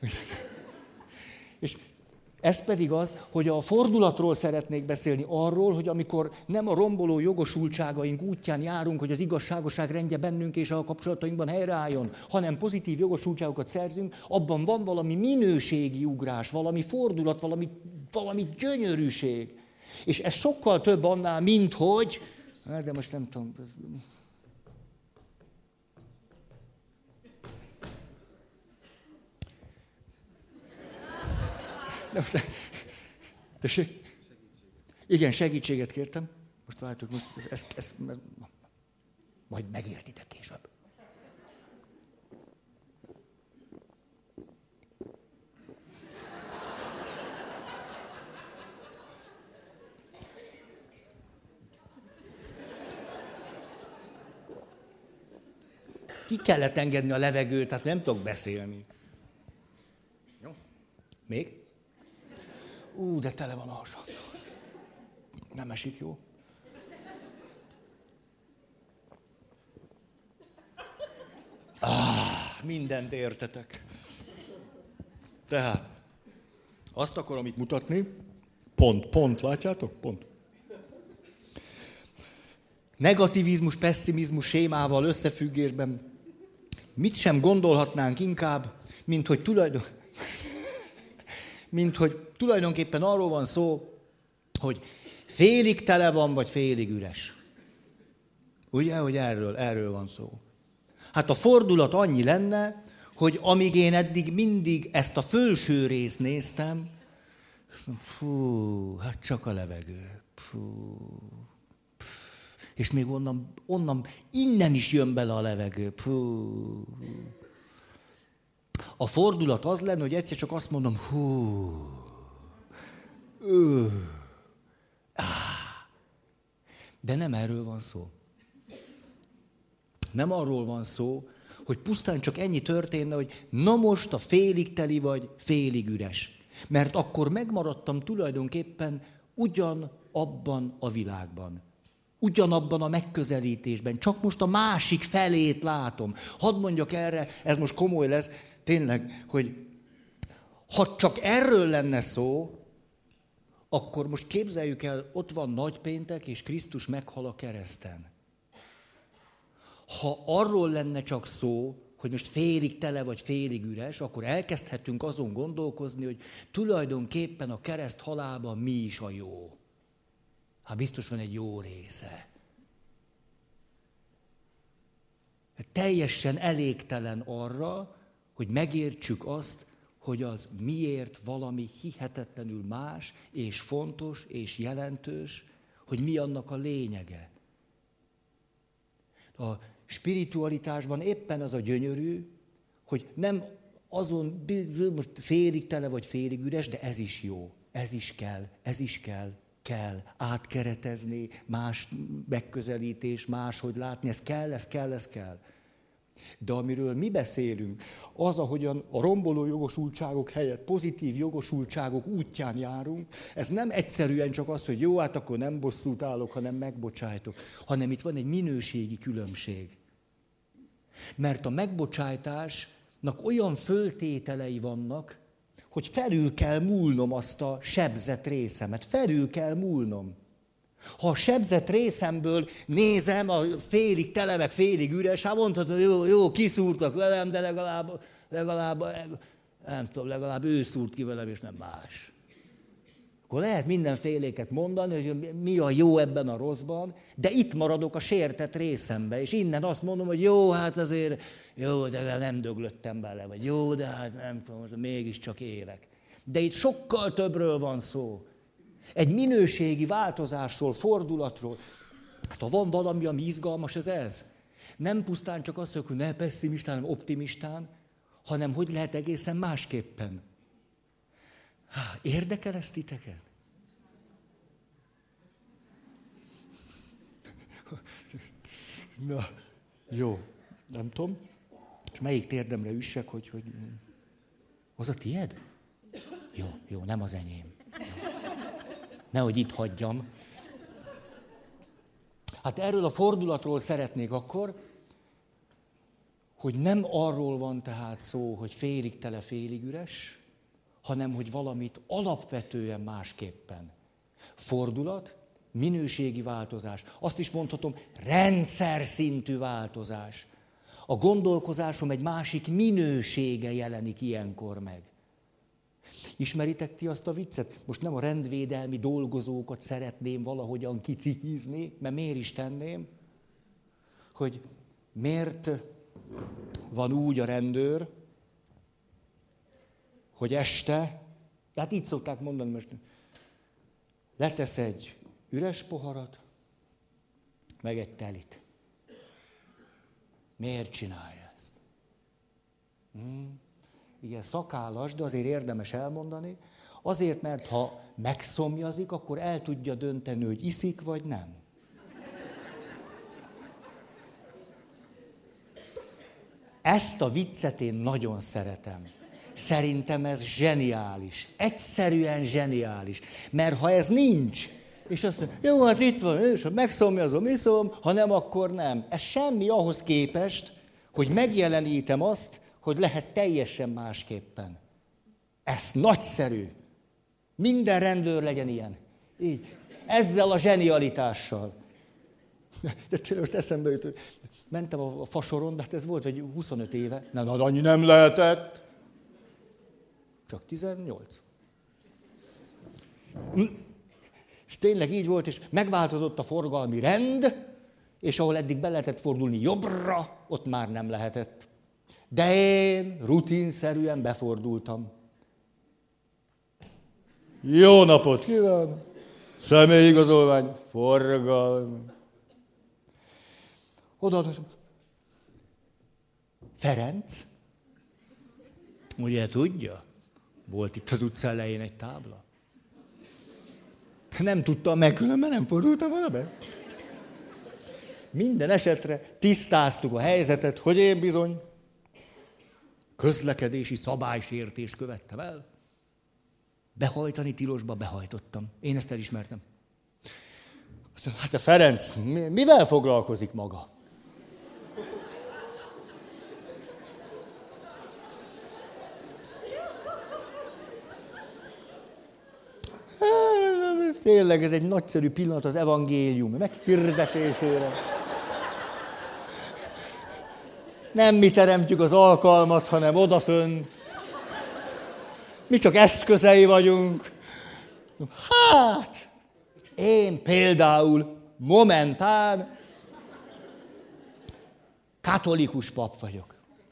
[SPEAKER 1] És ez pedig az, hogy a fordulatról szeretnék beszélni, arról, hogy amikor nem a romboló jogosultságaink útján járunk, hogy az igazságosság rendje bennünk és a kapcsolatainkban helyreálljon, hanem pozitív jogosultságokat szerzünk, abban van valami minőségi ugrás, valami fordulat, valami gyönyörűség. És ez sokkal több annál, mint hogy... De most nem tudom... Tessék? Igen, segítséget kértem. Most várjátok, ez majd megértitek később. Ki kellett engedni a levegőt, tehát nem tudok beszélni. Jó? Még? De tele van a hasam. Nem esik jó? Mindent értetek. Tehát, azt akarom itt mutatni, pont, látjátok? Pont. Negativizmus, pessimizmus sémával összefüggésben mit sem gondolhatnánk inkább, mint hogy tulajdonképpen arról van szó, hogy félig tele van, vagy félig üres. Ugye, hogy erről van szó. Hát a fordulat annyi lenne, hogy amíg én eddig mindig ezt a felső részt néztem, hát csak a levegő. És még innen is jön bele a levegő. A fordulat az lenne, hogy egyszer csak azt mondom, de nem erről van szó. Nem arról van szó, hogy pusztán csak ennyi történne, hogy na most a félig teli vagy félig üres. Mert akkor megmaradtam tulajdonképpen ugyanabban a világban. Ugyanabban a megközelítésben. Csak most a másik felét látom. Hadd mondjak erre, ez most komoly lesz, tényleg, hogy ha csak erről lenne szó, akkor most képzeljük el, ott van nagypéntek, és Krisztus meghal a kereszten. Ha arról lenne csak szó, hogy most félig tele vagy félig üres, akkor elkezdhetünk azon gondolkozni, hogy tulajdonképpen a kereszt halálban mi is a jó. Hát biztos van egy jó része. Teljesen elégtelen arra, hogy megértsük azt, hogy az miért valami hihetetlenül más, és fontos, és jelentős, hogy mi annak a lényege. A spiritualitásban éppen az a gyönyörű, hogy nem azon most félig tele vagy félig üres, de ez is jó, ez is kell átkeretezni, más megközelítés, máshogy látni, ez kell. De amiről mi beszélünk, az, ahogyan a romboló jogosultságok helyett pozitív jogosultságok útján járunk, ez nem egyszerűen csak az, hogy jó, hát akkor nem bosszút állok, hanem megbocsájtok, hanem itt van egy minőségi különbség. Mert a megbocsájtásnak olyan föltételei vannak, hogy felül kell múlnom azt a sebzett részemet, felül kell múlnom. Ha a sebzett részemből nézem, a félig tele, meg félig üres, hát mondhatom, jó, kiszúrtak velem, de legalább ő szúrt ki velem, és nem más. Akkor lehet mindenféléket mondani, hogy mi a jó ebben a rosszban, de itt maradok a sértett részembe, és innen azt mondom, hogy jó, hát azért, jó, de nem döglöttem bele, vagy jó, de hát nem tudom, most mégiscsak élek. De itt sokkal többről van szó. Egy minőségi változásról, fordulatról. Hát ha van valami, ami izgalmas, ez. Nem pusztán csak azt mondjuk, hogy ne pessimistán, hanem optimistán, hanem hogy lehet egészen másképpen. Érdekel ezt titeket? Na, jó, nem tudom. És melyik térdemre üssek, hogy... Az a tied? Jó, nem az enyém. Nehogy itt hagyjam. Hát erről a fordulatról szeretnék akkor, hogy nem arról van tehát szó, hogy félig tele, félig üres, hanem hogy valamit alapvetően másképpen. Fordulat, minőségi változás. Azt is mondhatom, rendszer szintű változás. A gondolkozásom egy másik minősége jelenik ilyenkor meg. Ismeritek ti azt a viccet? Most nem a rendvédelmi dolgozókat szeretném valahogyan kicikizni, mert miért is tenném, hogy miért van úgy a rendőr, hogy este, hát így szokták mondani most, letesz egy üres poharat, meg egy telit. Miért csinálja ezt? Igen, szakállas, de azért érdemes elmondani. Azért, mert ha megszomjazik, akkor el tudja dönteni, hogy iszik, vagy nem. Ezt a viccet én nagyon szeretem. Szerintem ez zseniális. Egyszerűen zseniális. Mert ha ez nincs, és azt mondja, jó, hát itt van, és ha megszomjazom, iszom, ha nem, akkor nem. Ez semmi ahhoz képest, hogy megjelenítem azt, hogy lehet teljesen másképpen. Ez nagyszerű. Minden rendőr legyen ilyen. Így. Ezzel a zsenialitással. De tényleg most eszembe jut, hogy mentem a fasoron, de hát ez volt, hogy 25 éve. Nem, annyi nem lehetett. Csak 18. És tényleg így volt, és megváltozott a forgalmi rend, és ahol eddig be lehetett fordulni jobbra, ott már nem lehetett. De én rutinszerűen befordultam. Jó napot kívánok! Személyigazolvány, forgalmi. Odaadom. Ferenc? Ugye tudja? Volt itt az utca elején egy tábla. Nem tudtam meg, különben nem fordultam volna be. Minden esetre tisztáztuk a helyzetet, hogy én bizony közlekedési szabálysértést követtem el. Behajtani tilosba behajtottam. Én ezt elismertem. Azt mondja, hát a Ferenc, mivel foglalkozik maga? Tényleg ez egy nagyszerű pillanat az evangélium meghirdetésére. Nem mi teremtjük az alkalmat, hanem odafönt. Mi csak eszközei vagyunk. Hát, én például momentán katolikus pap vagyok.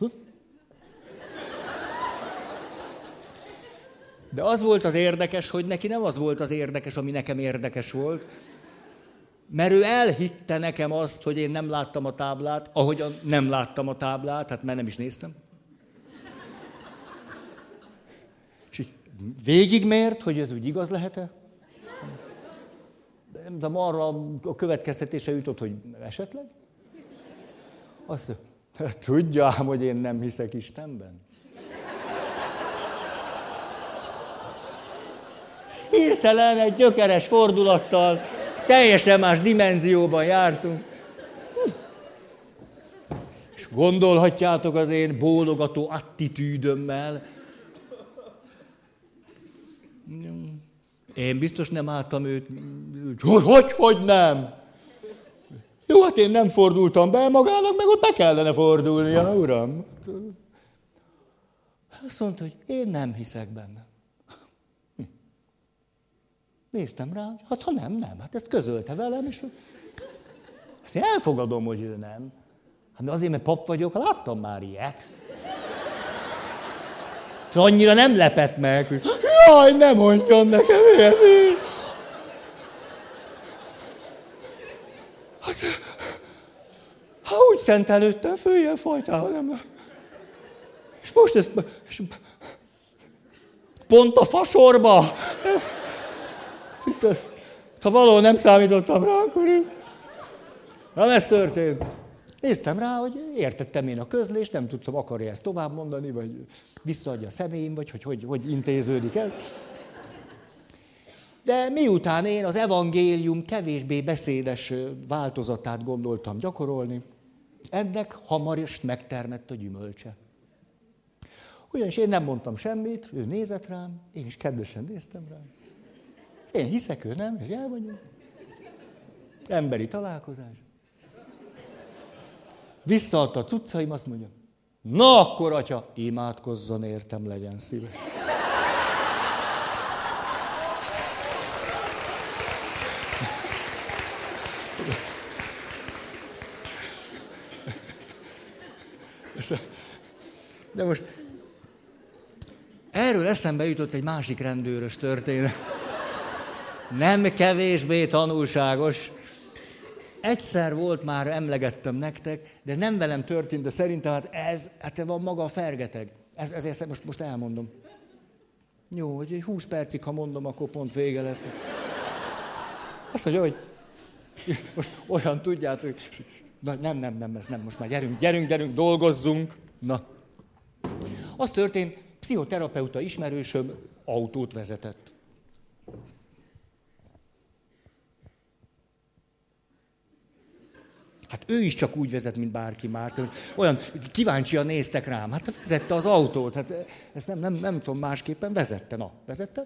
[SPEAKER 1] De az volt az érdekes, hogy neki nem az volt az érdekes, ami nekem érdekes volt, mert ő elhitte nekem azt, hogy én nem láttam a táblát, ahogyan nem láttam a táblát, hát mert nem is néztem. És így végigmért, hogy ez úgy igaz lehet-e? Nem tudom, arra a következtetése jutott, hogy esetleg? Azt mondja, tudja ám, hogy én nem hiszek Istenben. Hirtelen egy gyökeres fordulattal, teljesen más dimenzióban jártunk. És gondolhatjátok az én bólogató attitűdömmel. Én biztos nem álltam őt. Hogy nem? Jó, hát én nem fordultam be, magának meg ott be kellene fordulnia, uram. Azt mondta, hogy én nem hiszek benne. Néztem rá, hát ha nem, hát ezt közölte velem, és hát én elfogadom, hogy ő nem. Hát azért, mert pap vagyok, láttam már ilyet. És annyira nem lepett meg, hogy jaj, ne mondjon nekem ilyet. Hát úgy szentelődtem, följön fajtával nem lát. És most ez pont a fasorba. Ha valahol nem számítottam rá, akkor nem ez történt. Néztem rá, hogy értettem én a közlést, nem tudtam, akarja ezt tovább mondani, vagy visszaadja a személyim, vagy hogy intéződik ez. De miután én az evangélium kevésbé beszédes változatát gondoltam gyakorolni, ennek hamar is megtermett a gyümölcse. Ugyanis én nem mondtam semmit, ő nézett rám, én is kedvesen néztem rám. Én hiszek, ő nem, és elmondjuk. Emberi találkozás. Visszaadta a cuccaim, azt mondja, na akkor, atya, imádkozzon értem, legyen szíves. De most erről eszembe jutott egy másik rendőrös történet. Nem kevésbé tanulságos. Egyszer volt, már emlegettem nektek, de nem velem történt, de szerintem hát van maga a fergeteg. Ezért most elmondom. Jó, hogy 20 percig, ha mondom, akkor pont vége lesz. Azt mondja, hogy most olyan tudjátok, hogy nem, ez nem, most már gyerünk, dolgozzunk. Na. Az történt, pszichoterapeuta ismerősöm autót vezetett. Hát ő is csak úgy vezet, mint bárki már. Olyan kíváncsian néztek rám. Hát vezette az autót. Hát ezt nem tudom másképpen. Vezette. Na, vezette.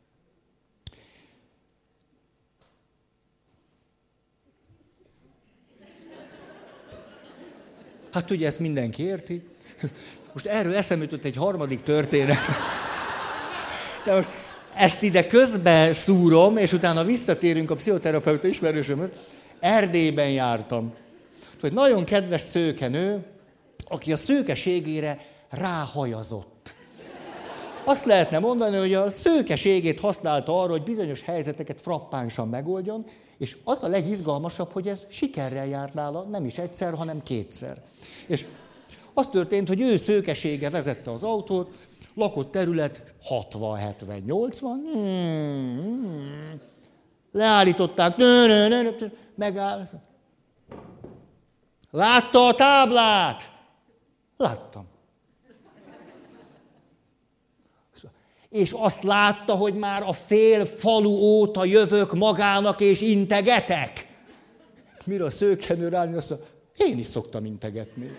[SPEAKER 1] Hát ugye ezt mindenki érti. Most erről eszembe jutott egy harmadik történet. De most ezt ide közbe szúrom, és utána visszatérünk a pszichoterapeuta ismerősömhöz. Erdélyben jártam. Hogy nagyon kedves szőkenő, aki a szőkeségére ráhajazott. Azt lehetne mondani, hogy a szőkeségét használta arra, hogy bizonyos helyzeteket frappánsan megoldjon, és az a legizgalmasabb, hogy ez sikerrel járt nála, nem is egyszer, hanem kétszer. És az történt, hogy ő szőkesége vezette az autót, lakott terület 60-70-80, leállították, megáll. Látta a táblát? Láttam. És azt látta, hogy már a fél falu óta jövök magának és integetek. Mire a szőkenő rányom, azt mondja, én is szoktam integetni.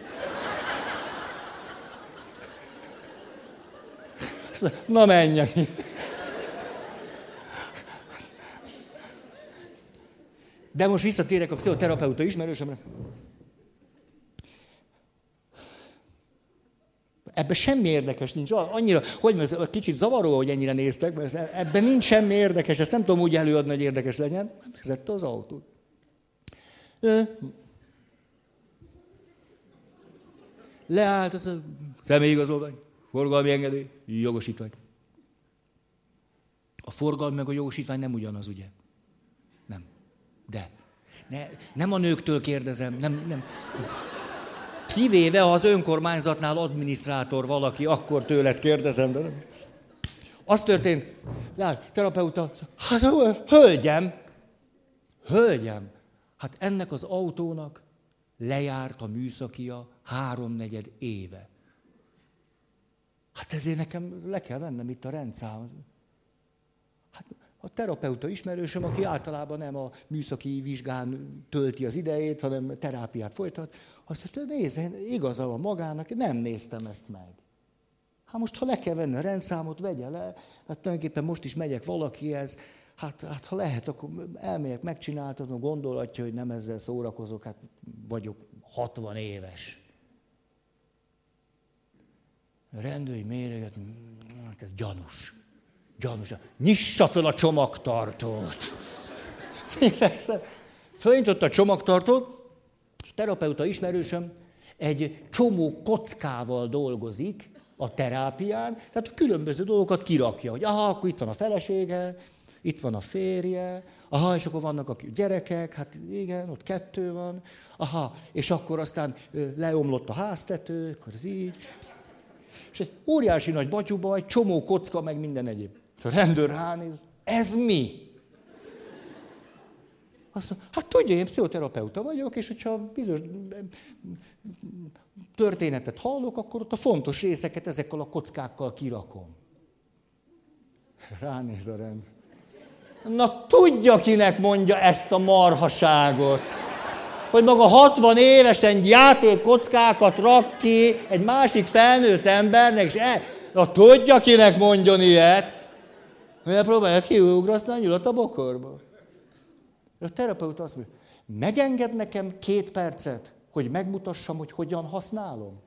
[SPEAKER 1] Na menjek. De most visszatérek a pszichoterapeuta ismerősömre. Ebben semmi érdekes nincs. Annyira, hogy mondjam, kicsit zavaró, hogy ennyire néztek, mert ebben nincs semmi érdekes. Ezt nem tudom úgy előadni, hogy érdekes legyen. Vezette az autót. Leállt az a személyigazolvány, forgalmi engedély, jogosítvány. A forgalmi meg a jogosítvány nem ugyanaz, ugye? Nem. De. Nem a nőktől kérdezem, nem. Kivéve, ha az önkormányzatnál adminisztrátor valaki, akkor tőled kérdezem, de nem. Az történt, terapeuta, hát hölgyem, hát ennek az autónak lejárt a műszakia 3-4 éve. Hát ezért nekem le kell vennem itt a rendszámot. Hát a terapeuta ismerősöm, aki általában nem a műszaki vizsgán tölti az idejét, hanem terápiát folytat, azt mondta, nézd, igaza van magának, nem néztem ezt meg. Hát most, ha le kell venni a rendszámot, vegye le, hát tulajdonképpen most is megyek valakihez, hát ha lehet, akkor elmegyek, megcsináltatom, gondolatja, hogy nem ezzel szórakozok, hát vagyok 60 éves. A rendőri méreget, hát ez gyanús. Nyissa föl a csomagtartót. Fölnyitotta a csomagtartót, és terapeuta ismerősöm egy csomó kockával dolgozik a terápián, tehát a különböző dolgokat kirakja, hogy akkor itt van a felesége, itt van a férje, és akkor vannak a gyerekek, hát igen, ott 2 van, és akkor aztán leomlott a háztető, akkor ez így. És egy óriási nagy batyuba, egy csomó kocka, meg minden egyéb. A rendőr ránéz, ez mi? Azt mondja, hát tudja, én pszichoterapeuta vagyok, és hogyha bizonyos történetet hallok, akkor ott a fontos részeket ezekkel a kockákkal kirakom. Ránéz a rendőr. Na tudja, kinek mondja ezt a marhaságot, hogy maga 60 évesen játékkockákat rak ki egy másik felnőtt embernek, és na tudja, kinek mondjon ilyet, hogy próbálja kiugrasztani a nyulat a bokorba. A terapeuta azt mondja, megenged nekem 2 percet, hogy megmutassam, hogy hogyan használom?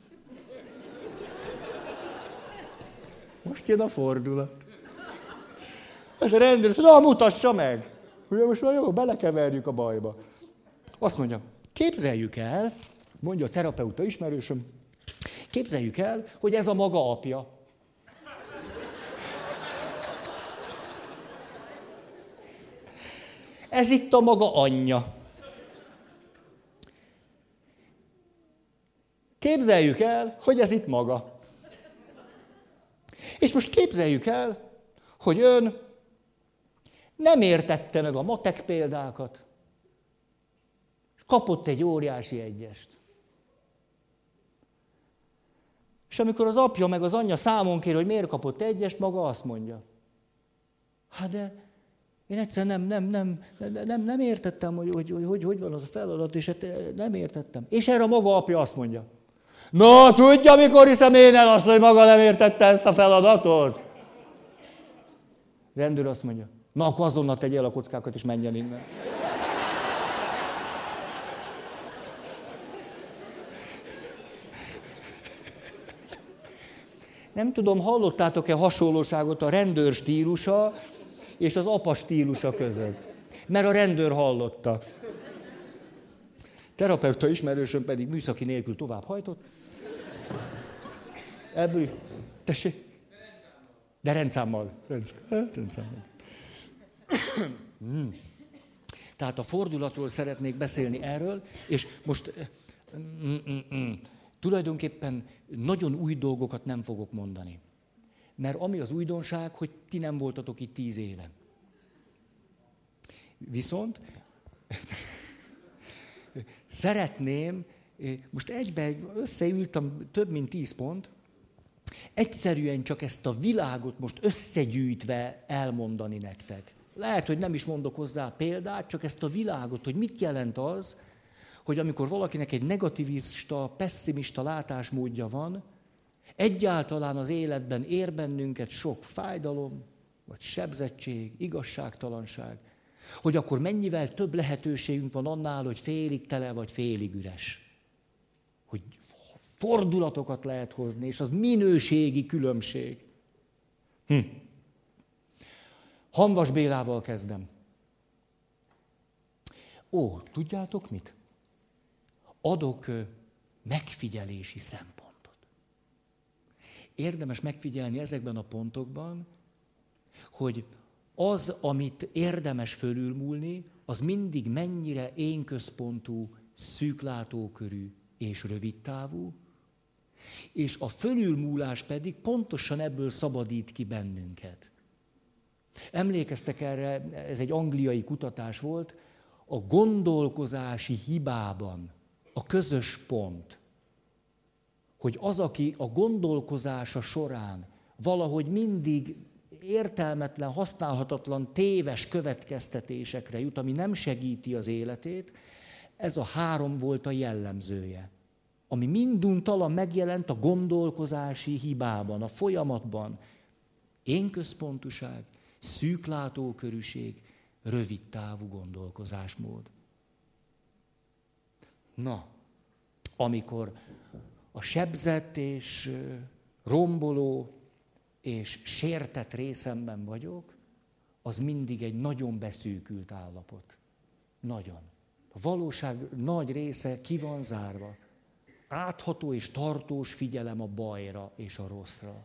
[SPEAKER 1] Most jön a fordulat. Ez a rendőr mondja, mutassa meg. Ugye most már jó, belekeverjük a bajba. Azt mondja, képzeljük el, mondja a terapeuta ismerősöm, képzeljük el, hogy ez a maga apja. Ez itt a maga anyja. Képzeljük el, hogy ez itt maga. És most képzeljük el, hogy ön nem értette meg a matek példákat, és kapott egy óriási egyest. És amikor az apja meg az anyja számon kér, hogy miért kapott egyest, maga azt mondja. Hát de én egyszerűen nem értettem, hogy van az a feladat, és hát nem értettem. És erre a maga apja azt mondja. Na, tudja, mikor hiszem én el azt, hogy maga nem értette ezt a feladatot? Rendőr azt mondja. Na, akkor azonnal tegye el a kockákat, és menjen innen. Nem tudom, hallottátok-e hasonlóságot a rendőr stílusa és az apa stílusa között? Mert a rendőr hallotta. Terapeuta ismerősöm pedig műszaki nélkül tovább hajtott. Ebből, tessék? De rendszámmal. Rendszámmal. Tehát a fordulatról szeretnék beszélni erről, és most tulajdonképpen nagyon új dolgokat nem fogok mondani. Mert ami az újdonság, hogy ti nem voltatok itt 10 éve. Viszont szeretném, most egyben összeültem több mint 10 pont, egyszerűen csak ezt a világot most összegyűjtve elmondani nektek. Lehet, hogy nem is mondok hozzá példát, csak ezt a világot, hogy mit jelent az, hogy amikor valakinek egy negativista, pesszimista látásmódja van, egyáltalán az életben ér bennünket sok fájdalom, vagy sebzettség, igazságtalanság, Hogy akkor mennyivel több lehetőségünk van annál, hogy félig tele vagy félig üres. Hogy fordulatokat lehet hozni, és az minőségi különbség. Hamvas Bélával kezdem. Tudjátok mit? Adok megfigyelési szempontot. Érdemes megfigyelni ezekben a pontokban, hogy az, amit érdemes fölülmúlni, az mindig mennyire énközpontú, szűklátókörű és rövidtávú, és a fölülmúlás pedig pontosan ebből szabadít ki bennünket. Emlékeztek erre, ez egy angliai kutatás volt, a gondolkozási hibában a közös pont, hogy az, aki a gondolkozása során valahogy mindig értelmetlen, használhatatlan, téves következtetésekre jut, ami nem segíti az életét, ez a 3 volt a jellemzője. Ami minduntalan megjelent a gondolkozási hibában, a folyamatban. Énközpontúság, szűklátókörűség, rövidtávú gondolkozásmód. Na, amikor a sebzett és romboló és sértett részemben vagyok, az mindig egy nagyon beszűkült állapot. Nagyon. A valóság nagy része ki van zárva. Átható és tartós figyelem a bajra és a rosszra.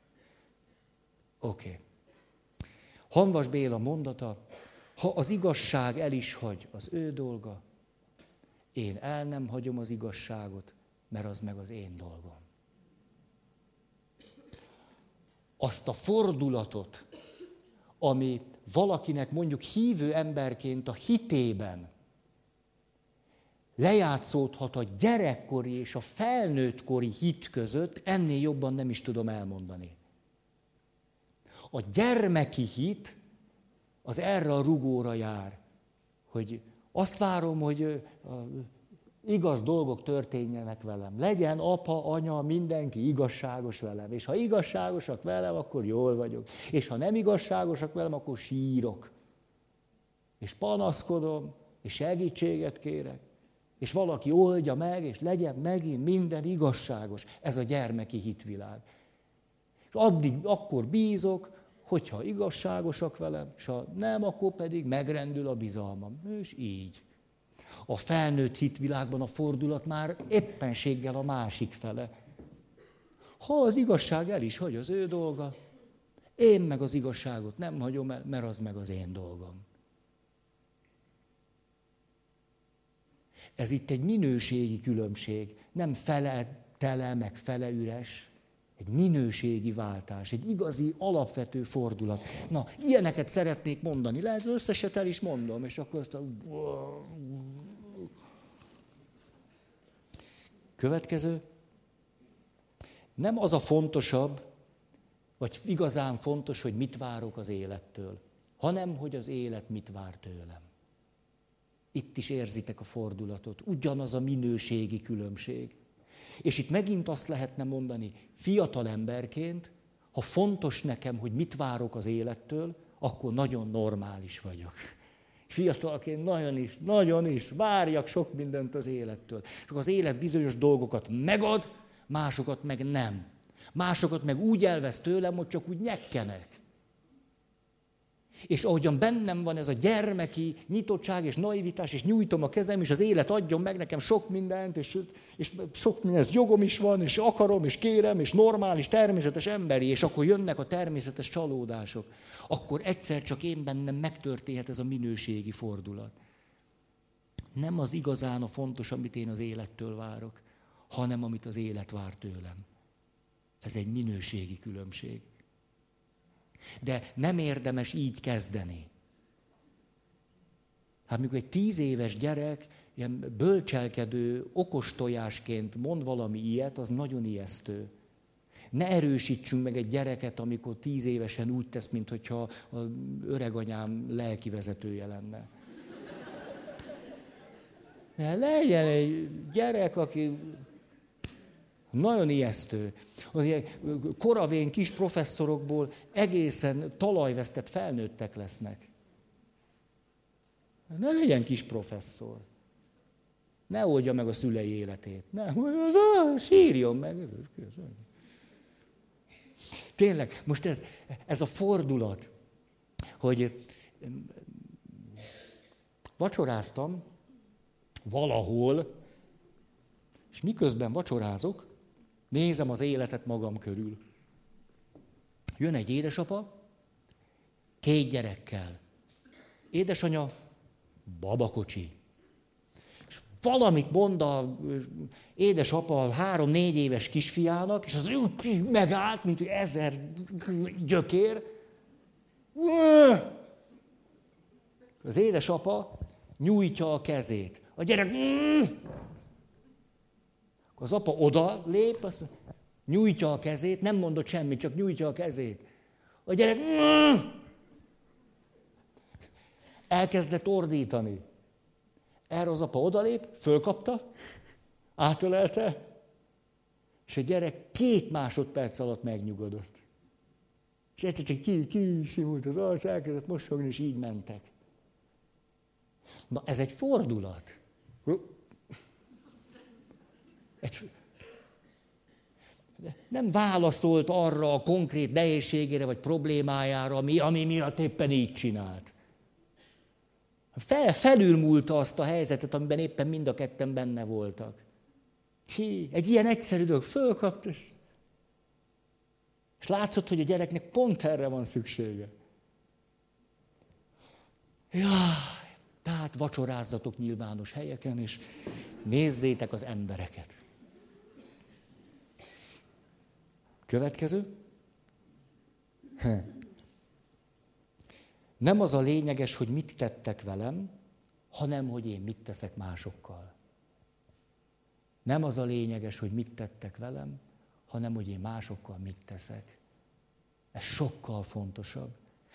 [SPEAKER 1] Oké. Hamvas Béla mondata, ha az igazság el is hagy, az ő dolga, én el nem hagyom az igazságot, mert az meg az én dolgom. Azt a fordulatot, ami valakinek mondjuk hívő emberként a hitében lejátszódhat a gyerekkori és a felnőttkori hit között, ennél jobban nem is tudom elmondani. A gyermeki hit az erre a rugóra jár, hogy azt várom, hogy igaz dolgok történjenek velem. Legyen apa, anya, mindenki igazságos velem. És ha igazságosak velem, akkor jól vagyok. És ha nem igazságosak velem, akkor sírok. És panaszkodom, és segítséget kérek. És valaki oldja meg, és legyen megint minden igazságos. Ez a gyermeki hitvilág. És akkor bízok, hogyha igazságosak velem, és ha nem, akkor pedig megrendül a bizalmam. És így. A felnőtt hitvilágban a fordulat már éppenséggel a másik fele. Ha az igazság el is hagy, az ő dolga, én meg az igazságot nem hagyom el, mert az meg az én dolgom. Ez itt egy minőségi különbség, nem fele tele, meg fele üres. Egy minőségi váltás, egy igazi, alapvető fordulat. Na, ilyeneket szeretnék mondani. Lehet, az összeset el is mondom, és akkor azt Következő. Nem az a fontosabb, vagy igazán fontos, hogy mit várok az élettől, hanem, hogy az élet mit vár tőlem. Itt is érzitek a fordulatot. Ugyanaz a minőségi különbség. És itt megint azt lehetne mondani, fiatal emberként, ha fontos nekem, hogy mit várok az élettől, akkor nagyon normális vagyok. Fiatalként nagyon is várjak sok mindent az élettől. És az élet bizonyos dolgokat megad, másokat meg nem. Másokat meg úgy elvesz tőlem, hogy csak úgy nyekkenek. És ahogyan bennem van ez a gyermeki nyitottság és naivitás, és nyújtom a kezem, és az élet adjon meg nekem sok mindent, és sok minden, ez jogom is van, és akarom, és kérem, és normális, természetes emberi, és akkor jönnek a természetes csalódások. Akkor egyszer csak én bennem megtörténhet ez a minőségi fordulat. Nem az igazán a fontos, amit én az élettől várok, hanem amit az élet vár tőlem. Ez egy minőségi különbség. De nem érdemes így kezdeni. Hát mikor egy 10 éves gyerek ilyen bölcselkedő, okos tojásként mond valami ilyet, az nagyon ijesztő. Ne erősítsünk meg egy gyereket, amikor 10 évesen úgy tesz, mintha az öreganyám lelkivezetője lenne. De legyen egy gyerek, aki nagyon ijesztő. Koravén kis professzorokból egészen talajvesztett felnőttek lesznek. Ne legyen kis professzor. Ne oldja meg a szülei életét. Ne, sírjon meg. Tényleg, most ez a fordulat, hogy vacsoráztam valahol, és miközben vacsorázok, nézem az életet magam körül. Jön egy édesapa, 2 gyerekkel. Édesanya, babakocsi. És valamit mond a édesapa 3-4 éves kisfiának, és az megállt, mint 1000 gyökér. Az édesapa nyújtja a kezét. A gyerek... Az apa oda lép, azt nyújtja a kezét, nem mondott semmit, csak nyújtja a kezét. A gyerek... Elkezdett ordítani. Erre az apa odalép, fölkapta, átölelte, és a gyerek 2 másodperc alatt megnyugodott. És egyszer csak kisimult az arc, elkezdett mosolyogni, és így mentek. Na, ez egy fordulat. Nem válaszolt arra a konkrét nehézségére, vagy problémájára, ami miatt éppen így csinált. Felülmúlta azt a helyzetet, amiben éppen mind a ketten benne voltak. Egy ilyen egyszerű dolog, fölkapta, és látszott, hogy a gyereknek pont erre van szüksége. Jaj, tehát vacsorázzatok nyilvános helyeken, és nézzétek az embereket. Következő. Nem az a lényeges, hogy mit tettek velem, hanem hogy én mit teszek másokkal. Nem az a lényeges, hogy mit tettek velem, hanem hogy én másokkal mit teszek. Ez sokkal fontosabb.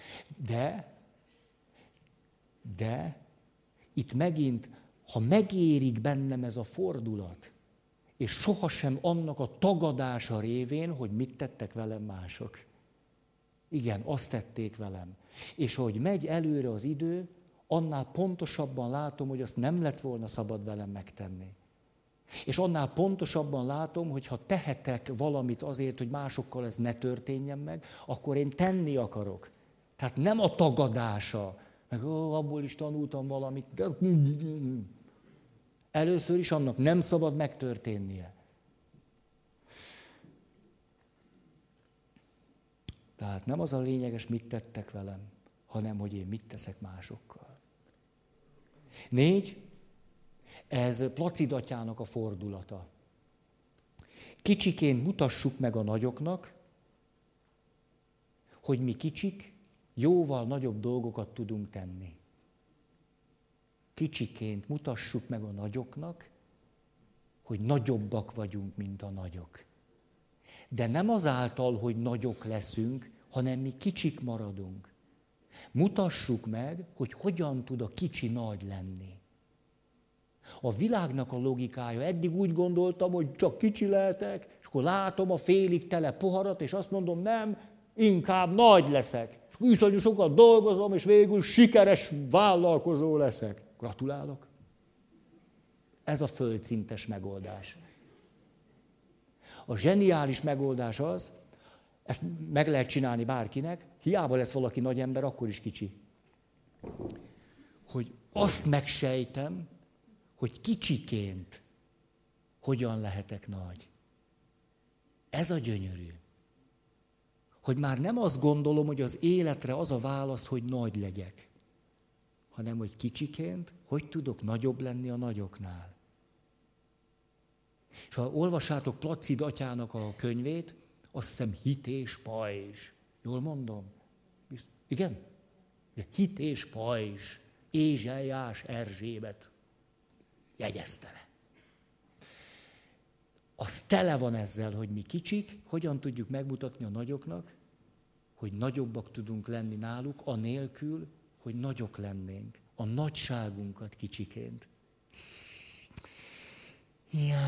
[SPEAKER 1] De itt megint, ha megérik bennem ez a fordulat, és sohasem annak a tagadása révén, hogy mit tettek velem mások. Igen, azt tették velem. És ahogy megy előre az idő, annál pontosabban látom, hogy azt nem lett volna szabad velem megtenni. És annál pontosabban látom, hogy ha tehetek valamit azért, hogy másokkal ez ne történjen meg, akkor én tenni akarok. Tehát nem a tagadása, meg abból is tanultam valamit. De... Először is annak nem szabad megtörténnie. Tehát nem az a lényeges, mit tettek velem, hanem hogy én mit teszek másokkal. 4. Ez Placid atyának a fordulata. Kicsiként mutassuk meg a nagyoknak, hogy mi kicsik jóval nagyobb dolgokat tudunk tenni. Kicsiként mutassuk meg a nagyoknak, hogy nagyobbak vagyunk, mint a nagyok. De nem azáltal, hogy nagyok leszünk, hanem mi kicsik maradunk. Mutassuk meg, hogy hogyan tud a kicsi nagy lenni. A világnak a logikája, eddig úgy gondoltam, hogy csak kicsi lehetek, és akkor látom a félig tele poharat, és azt mondom, nem, inkább nagy leszek. És viszonylag sokat dolgozom, és végül sikeres vállalkozó leszek. Gratulálok. Ez a földszintes megoldás. A zseniális megoldás az, ezt meg lehet csinálni bárkinek, hiába lesz valaki nagy ember, akkor is kicsi. Hogy azt megsejtem, hogy kicsiként hogyan lehetek nagy. Ez a gyönyörű. Hogy már nem azt gondolom, hogy az életre az a válasz, hogy nagy legyek, hanem hogy kicsiként, hogy tudok nagyobb lenni a nagyoknál. És ha olvassátok Placid atyának a könyvét, azt hiszem Hit és pajzs. Jól mondom? Igen? Hit és pajzs. Ézsaiás Erzsébet jegyezte le. Az tele van ezzel, hogy mi kicsik, hogyan tudjuk megmutatni a nagyoknak, hogy nagyobbak tudunk lenni náluk, anélkül, hogy nagyok lennénk. A nagyságunkat kicsiként. Ja.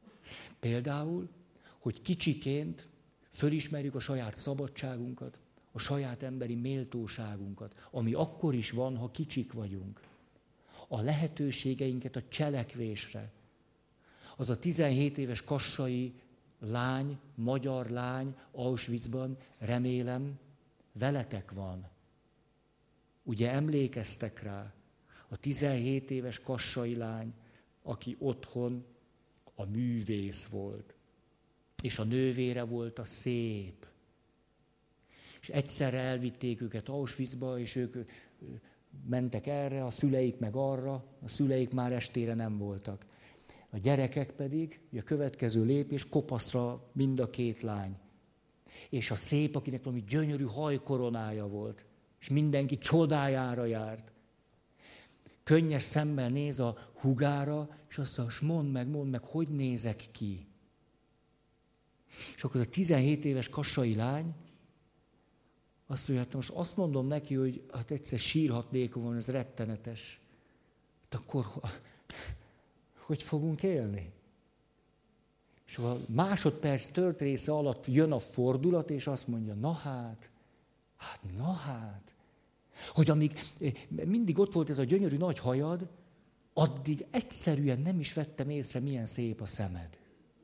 [SPEAKER 1] Például, hogy kicsiként fölismerjük a saját szabadságunkat, a saját emberi méltóságunkat, ami akkor is van, ha kicsik vagyunk. A lehetőségeinket a cselekvésre. Az a 17 éves kassai lány, magyar lány Auschwitzban, remélem, veletek van. Ugye emlékeztek rá? A 17 éves kassai lány, aki otthon a művész volt. És a nővére volt a szép. És egyszerre elvitték őket Auschwitzba, és ők mentek erre, a szüleik meg arra, a szüleik már estére nem voltak. A gyerekek pedig, a következő lépés, kopaszra mind a két lány. És a szép, akinek valami gyönyörű hajkoronája volt, és mindenki csodájára járt. Könnyes szemmel néz a húgára, és azt mondja, mondd meg, hogy nézek ki. És akkor a 17 éves kassai lány azt mondja, hát most azt mondom neki, hogy hát egyszer sírhatnék volna, ez rettenetes. Hát akkor hogy fogunk élni? És a másodperc tört része alatt jön a fordulat, és azt mondja, na hát, hogy amíg mindig ott volt ez a gyönyörű nagy hajad, addig egyszerűen nem is vettem észre, milyen szép a szemed.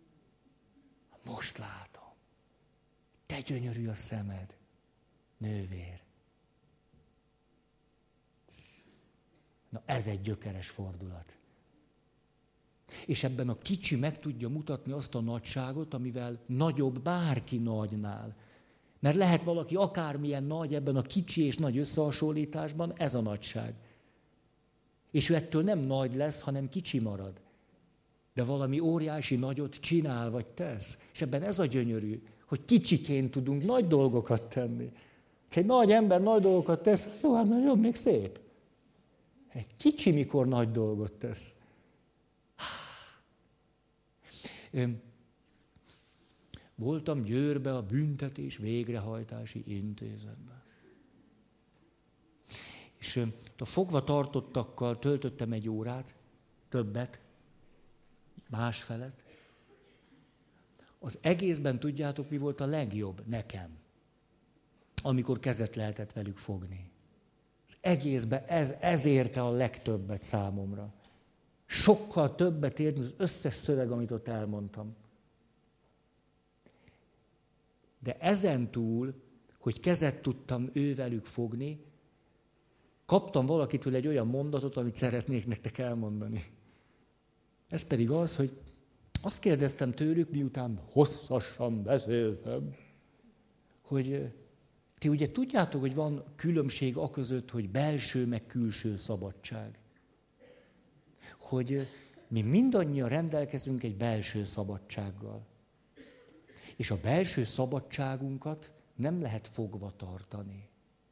[SPEAKER 1] Most látom. De gyönyörű a szemed, nővér. Na ez egy gyökeres fordulat. És ebben a kicsi meg tudja mutatni azt a nagyságot, amivel nagyobb bárki nagynál. Mert lehet valaki akármilyen nagy ebben a kicsi és nagy összehasonlításban, ez a nagyság. És ő ettől nem nagy lesz, hanem kicsi marad. De valami óriási nagyot csinál vagy tesz. És ebben ez a gyönyörű, hogy kicsiként tudunk nagy dolgokat tenni. Egy nagy ember nagy dolgokat tesz, jó, hát jobb, még szép. Egy kicsi, mikor nagy dolgot tesz. Voltam Győrbe a büntetés végrehajtási intézetben. És a fogva tartottakkal töltöttem egy órát, többet, másfelet. Az egészben tudjátok, mi volt a legjobb nekem, amikor kezet lehetett velük fogni. Az egészben ez érte a legtöbbet számomra. Sokkal többet ért, mint az összes szöveg, amit ott elmondtam. De ezen túl, hogy kezet tudtam ővelük fogni, kaptam valakitől egy olyan mondatot, amit szeretnék nektek elmondani. Ez pedig az, hogy azt kérdeztem tőlük, miután hosszasan beszéltem, hogy ti ugye tudjátok, hogy van különbség aközött, hogy belső meg külső szabadság. Hogy mi mindannyian rendelkezünk egy belső szabadsággal. És a belső szabadságunkat nem lehet fogva tartani.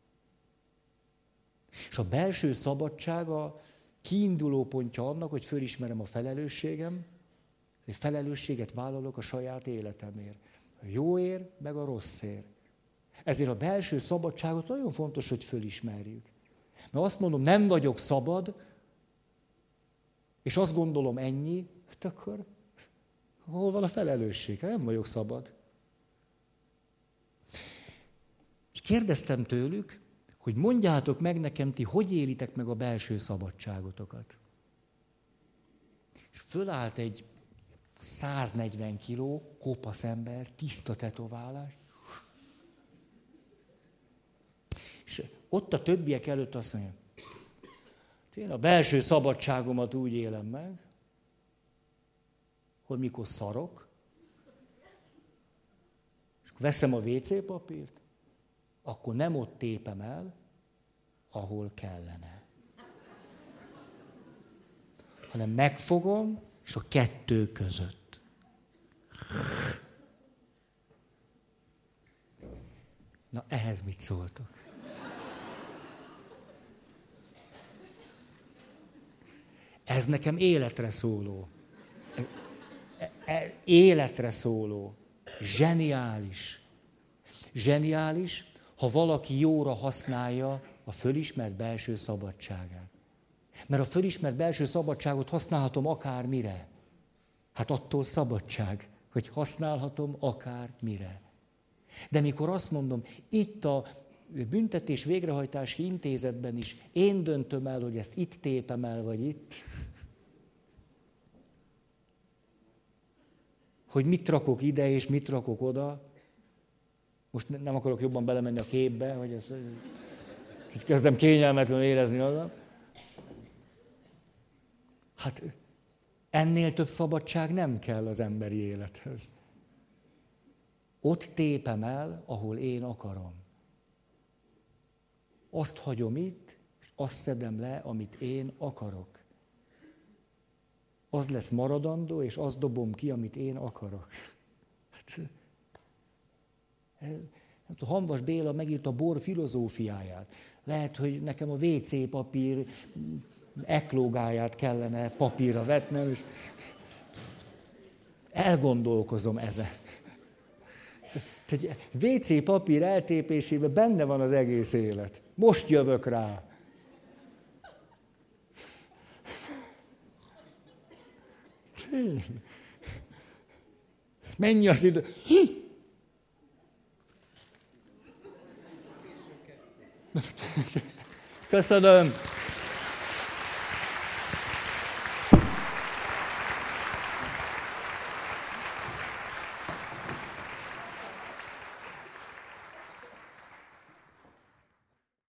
[SPEAKER 1] És a belső szabadság a kiinduló pontja annak, hogy fölismerem a felelősségem, hogy felelősséget vállalok a saját életemért. A jóért, meg a rosszért. Ezért a belső szabadságot nagyon fontos, hogy fölismerjük. Mert azt mondom, nem vagyok szabad, és azt gondolom ennyi, hát akkor hol van a felelősség? Nem vagyok szabad. És kérdeztem tőlük, hogy mondjátok meg nekem, ti hogy élitek meg a belső szabadságotokat. És fölállt egy 140 kiló kopasz ember, tiszta tetoválás. És ott a többiek előtt azt mondja, én a belső szabadságomat úgy élem meg, hogy mikor szarok, és veszem a WC papírt, akkor nem ott tépem el, ahol kellene. Hanem megfogom, és a kettő között. Na, ehhez mit szóltok? Ez nekem életre szóló. Életre szóló. Zseniális. Zseniális, ha valaki jóra használja a fölismert belső szabadságát. Mert a fölismert belső szabadságot használhatom akármire. Hát attól szabadság, hogy használhatom akármire. De mikor azt mondom, itt a büntetés végrehajtási intézetben is én döntöm el, hogy ezt itt tépem el, vagy itt. Hogy mit rakok ide, és mit rakok oda. Most nem akarok jobban belemenni a képbe, hogy ezt kezdem kényelmetlenül érezni oda. Hát ennél több szabadság nem kell az emberi élethez. Ott tépem el, ahol én akarom. Azt hagyom itt, és azt szedem le, amit én akarok. Az lesz maradandó, és azt dobom ki, amit én akarok. Hát, nem tudom, Hamvas Béla megírta a bor filozófiáját. Lehet, hogy nekem a WC papír eklógáját kellene papírra vetnem, és elgondolkozom ezen. Tehát WC papír eltépésében benne van az egész élet. Most jövök rá. Mennyi az idő? Köszönöm.